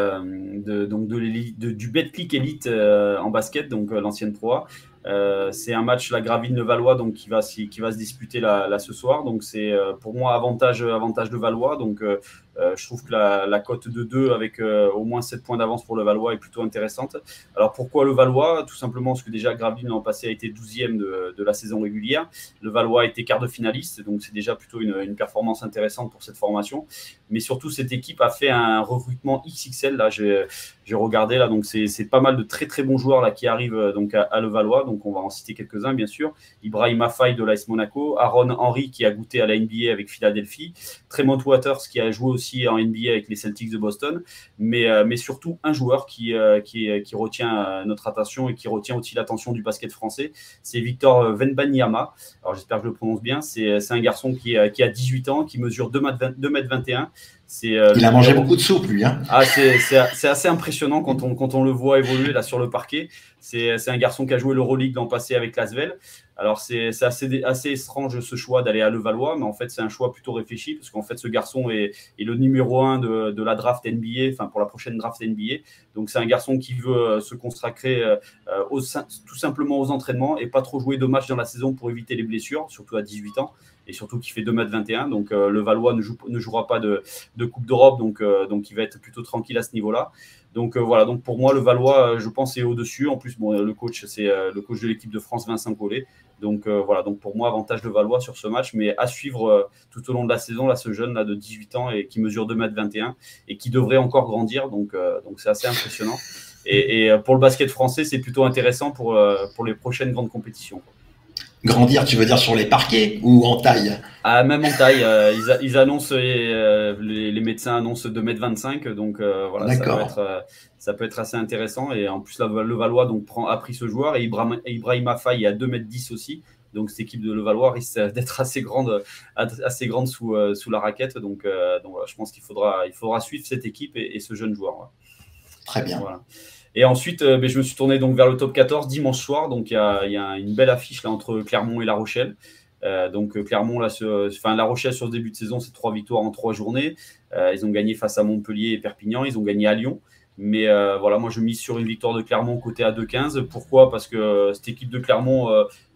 du Betclic Elite en basket, donc l'ancienne Pro A. C'est un match, la Gravelines-Levallois, donc qui va se disputer là ce soir. Donc c'est pour moi avantage de Valois. Donc je trouve que la cote de 2 avec au moins 7 points d'avance pour le Valois est plutôt intéressante. Alors pourquoi le Valois? Tout simplement parce que déjà Gravelines l'an passé a été 12e de la saison régulière. Le Valois a été quart de finaliste, donc c'est déjà plutôt une performance intéressante pour cette formation. Mais surtout, cette équipe a fait un recrutement XXL. Là, j'ai regardé là, donc c'est pas mal de très très bons joueurs là qui arrivent donc à Levallois. Donc on va en citer quelques-uns bien sûr. Ibrahim Afai de l'AS Monaco, Aaron Henry qui a goûté à la NBA avec Philadelphie, Tremont Waters qui a joué aussi en NBA avec les Celtics de Boston, mais surtout un joueur qui retient notre attention et qui retient aussi l'attention du basket français, c'est Victor Wembanyama. Alors j'espère que je le prononce bien. C'est un garçon qui a 18 ans, qui mesure 2m21. Il a mangé beaucoup de soupe, lui. Hein. Ah, c'est assez impressionnant quand on le voit évoluer là sur le parquet. C'est un garçon qui a joué l'Euroleague l'an passé avec l'Asvel. Alors, c'est assez étrange ce choix d'aller à Levallois, mais en fait, c'est un choix plutôt réfléchi parce qu'en fait, ce garçon est le numéro 1 de la draft NBA, enfin pour la prochaine draft NBA. Donc, c'est un garçon qui veut se consacrer tout simplement aux entraînements et pas trop jouer de matchs dans la saison pour éviter les blessures, surtout à 18 ans. Et surtout qui fait 2m21, donc le Valois ne jouera pas de Coupe d'Europe, donc il va être plutôt tranquille à ce niveau-là. Donc voilà, donc pour moi le Valois, je pense, est au-dessus. En plus, le coach, c'est le coach de l'équipe de France, Vincent Collet. Donc voilà, donc pour moi, avantage de Valois sur ce match, mais à suivre tout au long de la saison, là, ce jeune là de 18 ans et qui mesure 2m21 et qui devrait encore grandir, donc c'est assez impressionnant. Et pour le basket français, c'est plutôt intéressant pour les prochaines grandes compétitions. Grandir, tu veux dire sur les parquets ou en taille? Ah, même en taille. Ils annoncent, les médecins annoncent 2m25, donc voilà, ça peut être assez intéressant. Et en plus, le Valois donc, a pris ce joueur et Ibrahim Afai est à 2m10 aussi. Donc cette équipe de Levallois risque d'être assez grande sous la raquette. Donc voilà, je pense qu'il faudra suivre cette équipe et ce jeune joueur. Ouais. Très bien. Voilà. Et ensuite, je me suis tourné donc vers le top 14 dimanche soir. Donc, il y a une belle affiche là, entre Clermont et La Rochelle. Donc, Clermont, La Rochelle, sur ce début de saison, c'est 3 victoires en 3 journées. Ils ont gagné face à Montpellier et Perpignan. Ils ont gagné à Lyon. Mais voilà, moi, je mise sur une victoire de Clermont côté à 2,15. Pourquoi? Parce que cette équipe de Clermont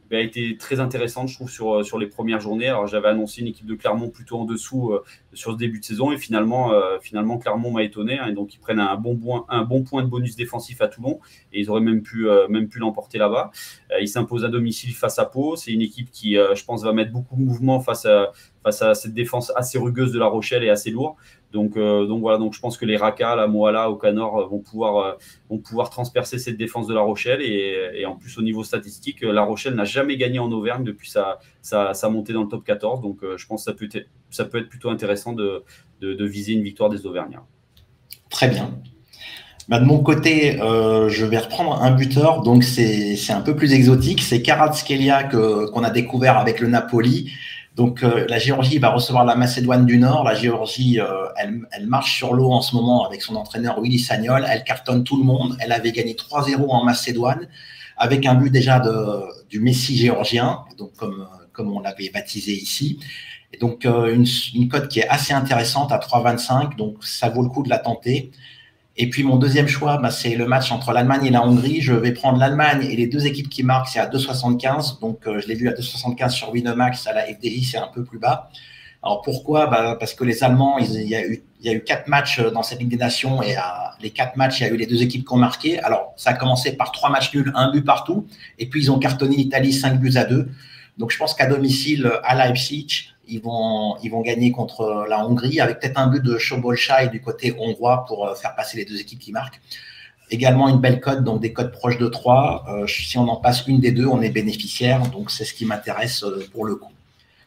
a été très intéressante, je trouve, sur les premières journées. Alors, j'avais annoncé une équipe de Clermont plutôt en dessous sur ce début de saison, et finalement Clermont m'a étonné, hein, et donc ils prennent un bon point de bonus défensif à Toulon, et ils auraient même pu l'emporter là-bas. Ils s'imposent à domicile face à Pau. C'est une équipe qui, je pense, va mettre beaucoup de mouvement face à cette défense assez rugueuse de La Rochelle et assez lourde. Donc voilà, donc je pense que les Raka, la Moala, Okanor vont pouvoir transpercer cette défense de La Rochelle, et en plus au niveau statistique, La Rochelle n'a jamais gagné en Auvergne depuis sa montée dans le top 14, donc je pense que ça peut être plutôt intéressant de viser une victoire des Auvergnats. Très bien. Bah, de mon côté, je vais reprendre un buteur, donc c'est un peu plus exotique, c'est Kvaratskhelia qu'on a découvert avec le Napoli. Donc la Géorgie va recevoir la Macédoine du Nord. La Géorgie, elle marche sur l'eau en ce moment avec son entraîneur Willy Sagnol. Elle cartonne tout le monde. Elle avait gagné 3-0 en Macédoine avec un but déjà du Messi géorgien, donc comme on l'avait baptisé ici. Et donc une cote qui est assez intéressante à 3,25, donc ça vaut le coup de la tenter. Et puis mon deuxième choix, bah, c'est le match entre l'Allemagne et la Hongrie. Je vais prendre l'Allemagne et les deux équipes qui marquent, c'est à 2,75. Donc je l'ai vu à 2,75 sur Winamax, à la FDJ c'est un peu plus bas. Alors pourquoi? Bah, parce que les Allemands, il y a eu 4 matchs dans cette Ligue des Nations, et les 4 matchs, il y a eu les deux équipes qui ont marqué. Alors ça a commencé par 3 matchs nuls, 1 but partout, et puis ils ont cartonné l'Italie 5-2. Donc je pense qu'à domicile à Leipzig, ils vont gagner contre la Hongrie avec peut-être un but de Szoboszlai du côté hongrois pour faire passer les deux équipes qui marquent. Également une belle cote, donc des cotes proches de 3. Si on en passe une des deux, on est bénéficiaire. Donc c'est ce qui m'intéresse pour le coup.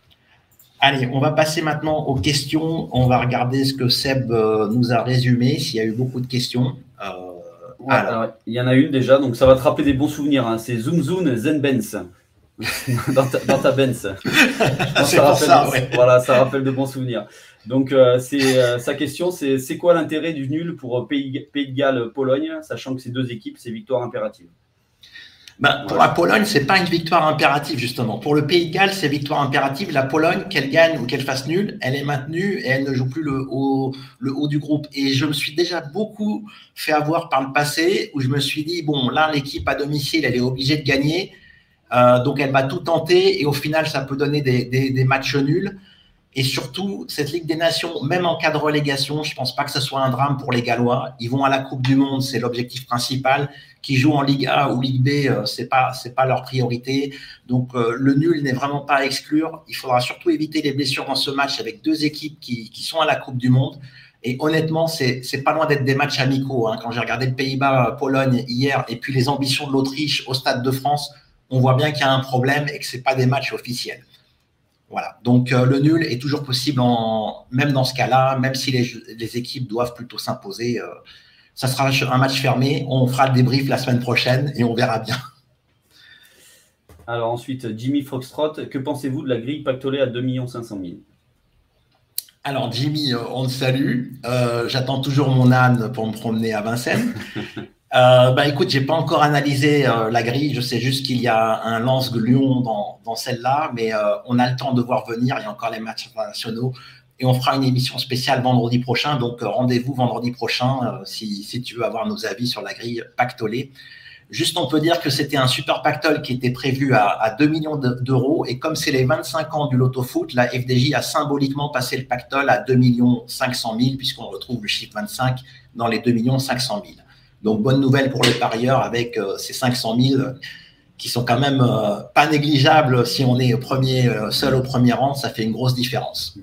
Allez, on va passer maintenant aux questions. On va regarder ce que Seb nous a résumé, s'il y a eu beaucoup de questions. Alors, il y en a une déjà, donc ça va te rappeler des bons souvenirs, hein. C'est Zoom Zoom Zen Benz. dans ta Benz. C'est pour ça, ouais. Voilà, ça rappelle de bons souvenirs. Donc, sa question, c'est quoi l'intérêt du nul pour Pays de Galles-Pologne, sachant que ces deux équipes, c'est victoire impérative? Ben, pour la Pologne, c'est pas une victoire impérative, justement. Pour le Pays de Galles, c'est victoire impérative. La Pologne, qu'elle gagne ou qu'elle fasse nul, elle est maintenue et elle ne joue plus le haut du groupe. Et je me suis déjà beaucoup fait avoir par le passé, où je me suis dit, bon, là, l'équipe à domicile, elle est obligée de gagner. Donc, elle va tout tenter et au final, ça peut donner des matchs nuls. Et surtout, cette Ligue des Nations, même en cas de relégation, je ne pense pas que ce soit un drame pour les Gallois. Ils vont à la Coupe du Monde, c'est l'objectif principal. Qu'ils jouent en Ligue A ou Ligue B, c'est pas leur priorité. Donc, le nul n'est vraiment pas à exclure. Il faudra surtout éviter les blessures dans ce match avec deux équipes qui sont à la Coupe du Monde. Et honnêtement, c'est pas loin d'être des matchs amicaux, hein. Quand j'ai regardé le Pays-Bas-Pologne hier et puis les ambitions de l'Autriche au Stade de France, on voit bien qu'il y a un problème et que ce n'est pas des matchs officiels. Voilà. Donc, le nul est toujours possible, même dans ce cas-là, même si les équipes doivent plutôt s'imposer. Ça sera un match fermé. On fera le débrief la semaine prochaine et on verra bien. Alors ensuite, Jimmy Foxtrot, que pensez-vous de la grille pactolée à 2 500 000? Alors, Jimmy, on te salue. J'attends toujours mon âne pour me promener à Vincennes. Écoute, j'ai pas encore analysé la grille. Je sais juste qu'il y a un Lens-Lyon dans celle-là, mais on a le temps de voir venir. Il y a encore les matchs internationaux et on fera une émission spéciale vendredi prochain. Donc rendez-vous vendredi prochain si tu veux avoir nos avis sur la grille pactolée. Juste, on peut dire que c'était un super pactole qui était prévu à 2 millions d'euros, et comme c'est les 25 ans du loto-foot, la FDJ a symboliquement passé le pactole à 2 500 000 puisqu'on retrouve le chiffre 25 dans les 2 500 000. Donc, bonne nouvelle pour les parieurs avec ces 500 000 qui sont quand même pas négligeables. Si on est seul au premier rang, ça fait une grosse différence.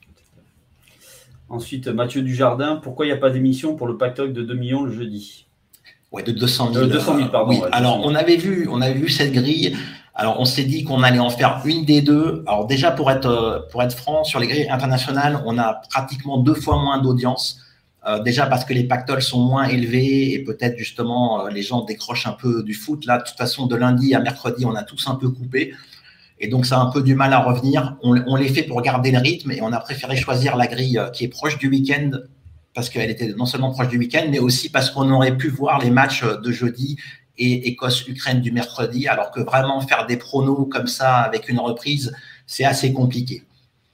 Ensuite, Mathieu Dujardin, pourquoi il n'y a pas d'émission pour le pactole de 2 millions le jeudi? Ouais, de 200 000. 200 000, pardon. Oui. Ouais, alors, on avait vu cette grille. Alors, on s'est dit qu'on allait en faire une des deux. Alors, déjà, pour être franc, sur les grilles internationales, on a pratiquement 2 fois moins d'audience. Déjà parce que les pactoles sont moins élevés et peut-être justement les gens décrochent un peu du foot. Là, de toute façon, de lundi à mercredi, on a tous un peu coupé. Et donc, ça a un peu du mal à revenir. On les fait pour garder le rythme et on a préféré choisir la grille qui est proche du week-end parce qu'elle était non seulement proche du week-end, mais aussi parce qu'on aurait pu voir les matchs de jeudi et Écosse-Ukraine du mercredi, alors que vraiment faire des pronos comme ça avec une reprise, c'est assez compliqué.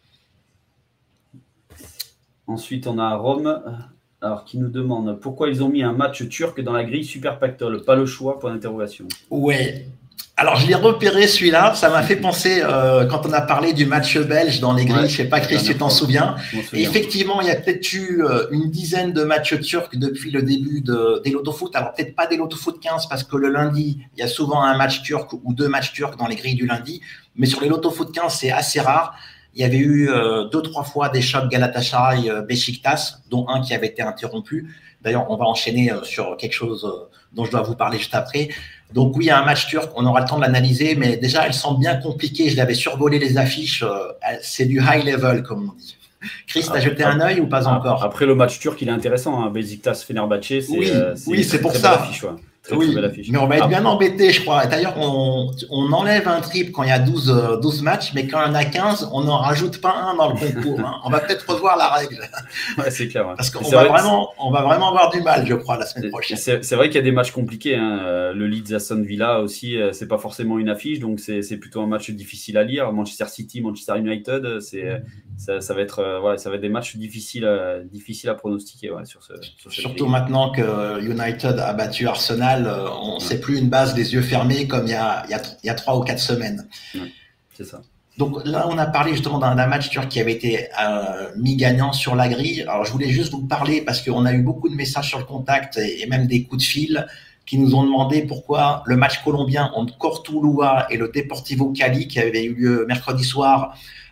Ensuite, on a Rome. Alors, qui nous demande pourquoi ils ont mis un match turc dans la grille Super Pactole. Pas le choix, point d'interrogation. Ouais. Alors, je l'ai repéré celui-là. Ça m'a fait penser quand on a parlé du match belge dans les grilles. Ouais, je sais pas, Chris, tu t'en souviens. Et effectivement, il y a peut-être eu une dizaine de matchs turcs depuis le début des Loto-Foot. Alors, peut-être pas des Loto-Foot 15 parce que le lundi, il y a souvent un match turc ou 2 matchs turcs dans les grilles du lundi. Mais sur les Loto-Foot 15, c'est assez rare. Il y avait eu 2-3 fois des chocs Galatasaray-Beşiktaş, dont un qui avait été interrompu. D'ailleurs, on va enchaîner sur quelque chose dont je dois vous parler juste après. Donc oui, il y a un match turc, on aura le temps de l'analyser, mais déjà, elles sont bien compliquées. Je l'avais survolé les affiches. C'est du high level, comme on dit. Chris, t'as jeté un œil ou pas encore? Après, le match turc, il est intéressant. Hein. Beşiktaş-Fenerbahçe, c'est pour ça. Affiche, ouais. Oui, mais on va être bien embêté, je crois. D'ailleurs, on enlève un triple quand il y a 12 matchs, mais quand il y en a 15, on n'en rajoute pas un dans le concours. Hein. On va peut-être revoir la règle. Ouais, c'est clair. Ouais. Parce qu'on va vraiment avoir du mal, je crois, la semaine prochaine. C'est vrai qu'il y a des matchs compliqués. Hein. Le Leeds-Aston Villa aussi, c'est pas forcément une affiche, donc c'est plutôt un match difficile à lire. Manchester City, Manchester United, ça va être des matchs difficiles à pronostiquer sur surtout maintenant que United a battu Arsenal. On ne sait plus une base des yeux fermés comme il y a 3 ou 4 semaines. Ouais, c'est ça. Donc là, on a parlé justement d'un match turc qui avait été mis gagnant sur la grille. Alors, je voulais juste vous parler parce qu'on a eu beaucoup de messages sur le contact et même des coups de fil qui nous ont demandé pourquoi le match colombien entre Cortuluá et le Deportivo Cali, qui avait eu lieu mercredi soir,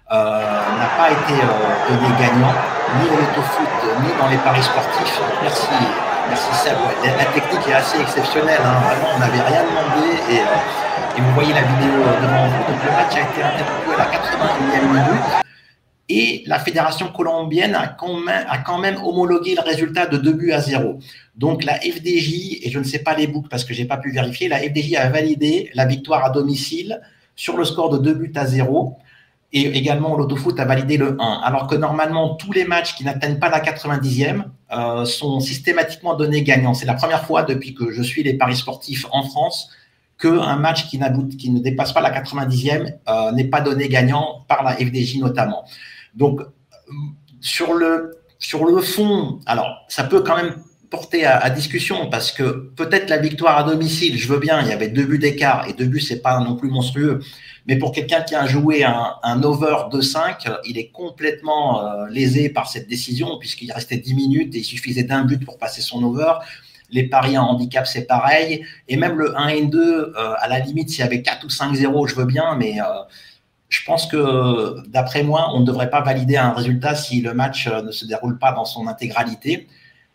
n'a pas été donné gagnant, ni au Loto-Foot, ni dans les paris sportifs. Merci Seb. Ouais. La technique est assez exceptionnelle. Hein. Vraiment, on n'avait rien demandé et vous voyez la vidéo devant vous. Donc le match a été interrompu à la 81e minute et la fédération colombienne a quand même homologué le résultat de 2-0. Donc la FDJ, et je ne sais pas les boucles parce que je n'ai pas pu vérifier, la FDJ a validé la victoire à domicile sur le score de 2-0. Et également, l'Autofoot a validé le 1. Alors que normalement, tous les matchs qui n'atteignent pas la 90e sont systématiquement donnés gagnants. C'est la première fois depuis que je suis les paris sportifs en France qu'un match qui ne dépasse pas la 90e n'est pas donné gagnant par la FDJ notamment. Donc, sur le fond, alors, ça peut quand même porter à discussion parce que peut-être la victoire à domicile, je veux bien, il y avait 2 buts d'écart et 2 buts, c'est pas non plus monstrueux. Mais pour quelqu'un qui a joué un over 2-5, il est complètement lésé par cette décision puisqu'il restait 10 minutes et il suffisait d'un but pour passer son over. Les paris en handicap, c'est pareil. Et même le 1 et 2, à la limite, s'il y avait 4 ou 5-0, je veux bien. Mais je pense que, d'après moi, on ne devrait pas valider un résultat si le match ne se déroule pas dans son intégralité.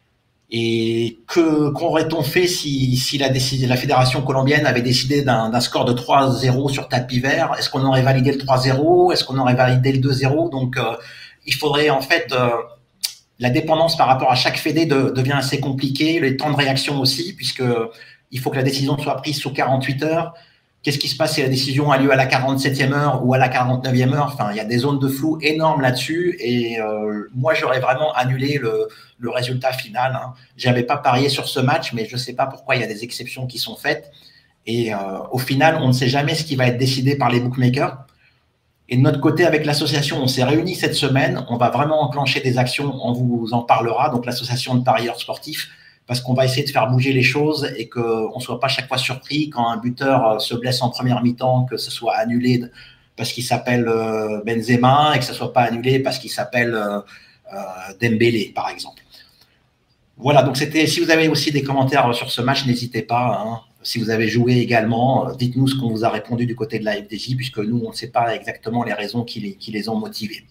Et qu'aurait-on fait si la fédération colombienne avait décidé d'un score de 3-0 sur tapis vert? Est-ce qu'on aurait validé le 3-0? Est-ce qu'on aurait validé le 2-0? Donc, il faudrait en fait… la dépendance par rapport à chaque fédé devient assez compliquée. Les temps de réaction aussi, puisqu'il faut que la décision soit prise sous 48 heures. Qu'est-ce qui se passe si la décision a lieu à la 47e heure ou à la 49e heure? Enfin, il y a des zones de flou énormes là-dessus. Et moi, j'aurais vraiment annulé le résultat final. Hein. Je n'avais pas parié sur ce match, mais je ne sais pas pourquoi il y a des exceptions qui sont faites. Et au final, on ne sait jamais ce qui va être décidé par les bookmakers. Et de notre côté, avec l'association, on s'est réunis cette semaine. On va vraiment enclencher des actions. On vous en parlera. Donc, l'association de parieurs sportifs, parce qu'on va essayer de faire bouger les choses et qu'on ne soit pas chaque fois surpris quand un buteur se blesse en première mi-temps, que ce soit annulé parce qu'il s'appelle Benzema et que ce ne soit pas annulé parce qu'il s'appelle Dembélé, par exemple. Voilà, donc si vous avez aussi des commentaires sur ce match, n'hésitez pas. Hein. Si vous avez joué également, dites-nous ce qu'on vous a répondu du côté de la FDJ, puisque nous, on ne sait pas exactement les raisons qui les ont motivés.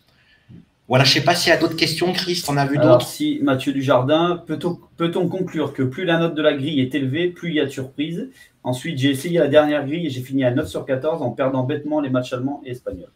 Voilà, je ne sais pas s'il y a d'autres questions, Chris, on a vu d'autres. Si Mathieu Dujardin, peut-on conclure que plus la note de la grille est élevée, plus il y a de surprises? Ensuite, j'ai essayé la dernière grille et j'ai fini à 9 sur 14 en perdant bêtement les matchs allemands et espagnols.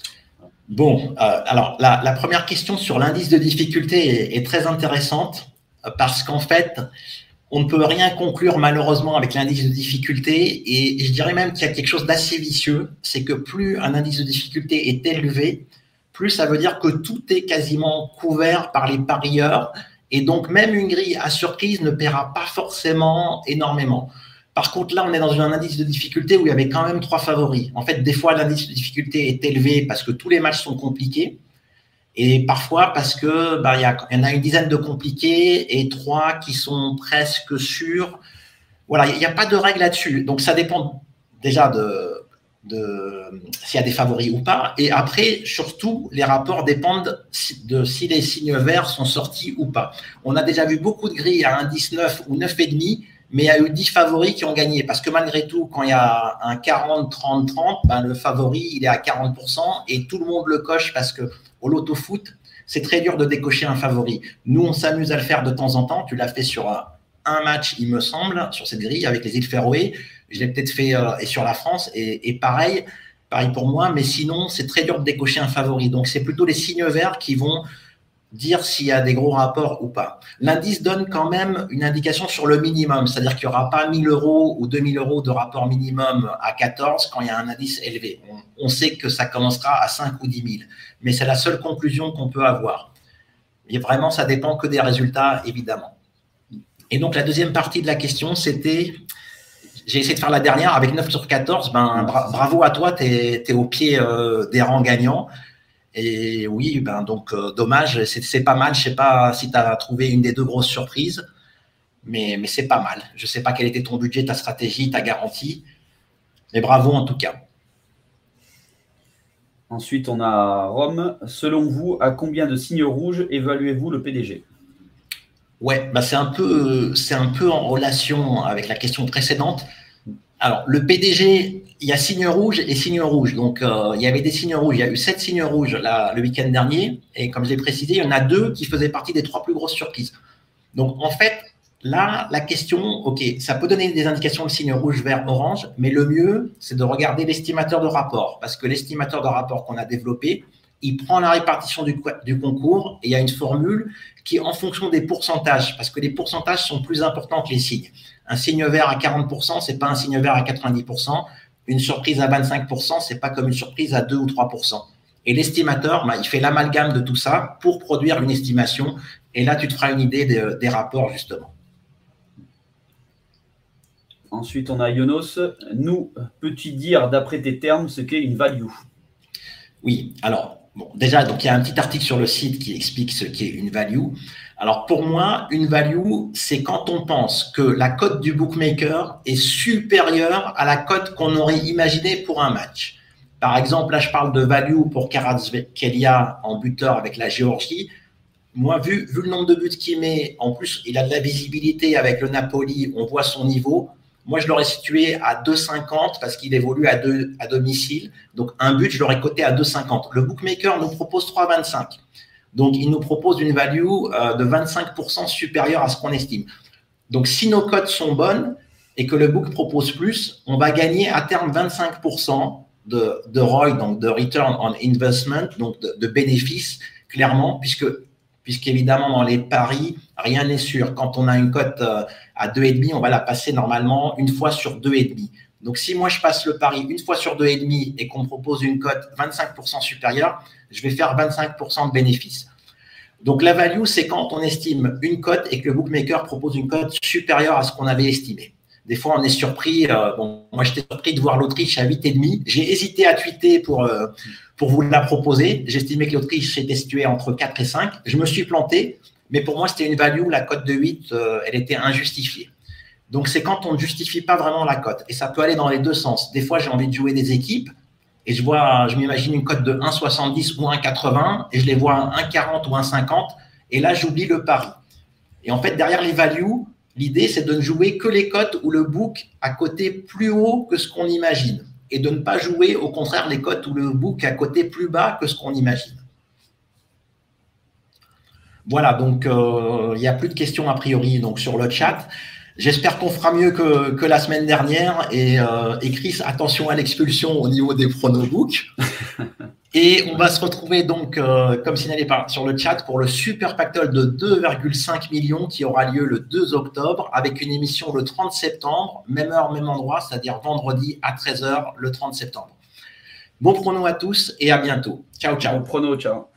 Bon, alors la première question sur l'indice de difficulté est très intéressante parce qu'en fait, on ne peut rien conclure malheureusement avec l'indice de difficulté et je dirais même qu'il y a quelque chose d'assez vicieux, c'est que plus un indice de difficulté est élevé, plus ça veut dire que tout est quasiment couvert par les parieurs et donc même une grille à surprise ne paiera pas forcément énormément. Par contre, là, on est dans un indice de difficulté où il y avait quand même 3 favoris. En fait, des fois, l'indice de difficulté est élevé parce que tous les matchs sont compliqués et parfois parce que il y en a une dizaine de compliqués et 3 qui sont presque sûrs. Voilà, il n'y a pas de règle là-dessus. Donc, ça dépend déjà s'il y a des favoris ou pas. Et après, surtout, les rapports dépendent de si les signes verts sont sortis ou pas. On a déjà vu beaucoup de grilles à indice 9 ou 9,5, mais il y a eu 10 favoris qui ont gagné. Parce que malgré tout, quand il y a un 40, 30, 30, ben le favori, il est à 40% et tout le monde le coche parce qu'au loto-foot, c'est très dur de décocher un favori. Nous, on s'amuse à le faire de temps en temps. Tu l'as fait sur un match, il me semble, sur cette grille avec les îles Féroé. Je l'ai peut-être fait et sur la France et pareil pour moi. Mais sinon, c'est très dur de décocher un favori. Donc, c'est plutôt les signes verts qui vont dire s'il y a des gros rapports ou pas. L'indice donne quand même une indication sur le minimum, c'est-à-dire qu'il n'y aura pas 1 000 € ou 2 000 € de rapport minimum à 14 quand il y a un indice élevé. On sait que ça commencera à 5 ou 10 000, mais c'est la seule conclusion qu'on peut avoir. Et vraiment, ça dépend que des résultats, évidemment. Et donc, la deuxième partie de la question, c'était, j'ai essayé de faire la dernière avec 9 sur 14, bravo à toi, tu es au pied des rangs gagnants. Et oui, donc dommage, c'est pas mal. Je sais pas si tu as trouvé une des deux grosses surprises, mais c'est pas mal. Je sais pas quel était ton budget, ta stratégie, ta garantie, mais bravo en tout cas. Ensuite, on a Rome. Selon vous, à combien de signes rouges évaluez-vous le PDG? Ouais, c'est un peu en relation avec la question précédente. Alors, le PDG, il y a signe rouge et signe rouge. Donc, il y avait des signes rouges. Il y a eu 7 signes rouges là, le week-end dernier. Et comme je l'ai précisé, il y en a 2 qui faisaient partie des 3 plus grosses surprises. Donc, en fait, là, la question, OK, ça peut donner des indications de signe rouge, vert, orange. Mais le mieux, c'est de regarder l'estimateur de rapport. Parce que l'estimateur de rapport qu'on a développé, il prend la répartition du concours et il y a une formule qui est en fonction des pourcentages. Parce que les pourcentages sont plus importants que les signes. Un signe vert à 40%, ce n'est pas un signe vert à 90%. Une surprise à 25%, ce n'est pas comme une surprise à 2 ou 3%. Et l'estimateur, il fait l'amalgame de tout ça pour produire une estimation. Et là, tu te feras une idée des rapports, justement. Ensuite, on a Yonos. Nous, peux-tu dire, d'après tes termes, ce qu'est une value? Oui, alors, déjà, donc, il y a un petit article sur le site qui explique ce qu'est une value. Alors, pour moi, une value, c'est quand on pense que la cote du bookmaker est supérieure à la cote qu'on aurait imaginée pour un match. Par exemple, là, je parle de value pour Kvaratskhelia en buteur avec la Géorgie. Moi, vu le nombre de buts qu'il met, en plus, il a de la visibilité avec le Napoli, on voit son niveau. Moi, je l'aurais situé à 2,50 parce qu'il évolue à domicile. Donc, un but, je l'aurais coté à 2,50. Le bookmaker nous propose 3,25. Donc, il nous propose une value de 25% supérieure à ce qu'on estime. Donc, si nos cotes sont bonnes et que le book propose plus, on va gagner à terme 25% de ROI, donc de Return on Investment, donc de bénéfices, clairement, puisqu'évidemment, dans les paris, rien n'est sûr. Quand on a une cote à 2,5, on va la passer normalement une fois sur 2,5. Donc, si moi, je passe le pari une fois sur 2,5 et qu'on me propose une cote 25% supérieure, je vais faire 25% de bénéfices. Donc, la value, c'est quand on estime une cote et que le bookmaker propose une cote supérieure à ce qu'on avait estimé. Des fois, on est surpris. Moi, j'étais surpris de voir l'Autriche à 8,5. J'ai hésité à tweeter pour vous la proposer. J'estimais que l'Autriche s'était située entre 4 et 5. Je me suis planté, mais pour moi, c'était une value. La cote de 8, elle était injustifiée. Donc, c'est quand on ne justifie pas vraiment la cote. Et ça peut aller dans les deux sens. Des fois, j'ai envie de jouer des équipes et je m'imagine une cote de 1,70 ou 1,80 et je les vois à 1,40 ou 1,50 et là, j'oublie le pari. Et en fait, derrière les values, l'idée, c'est de ne jouer que les cotes où le book a coté plus haut que ce qu'on imagine et de ne pas jouer, au contraire, les cotes où le book a coté plus bas que ce qu'on imagine. Voilà, donc il n'y a plus de questions a priori donc, sur le chat. J'espère qu'on fera mieux que la semaine dernière. Et Chris, attention à l'expulsion au niveau des pronobooks. Et on va se retrouver donc, comme signalé sur le chat, pour le Super Pactole de 2,5 millions qui aura lieu le 2 octobre avec une émission le 30 septembre, même heure, même endroit, c'est-à-dire vendredi à 13 h le 30 septembre. Bon prono à tous et à bientôt. Ciao, ciao. Bon prono, ciao.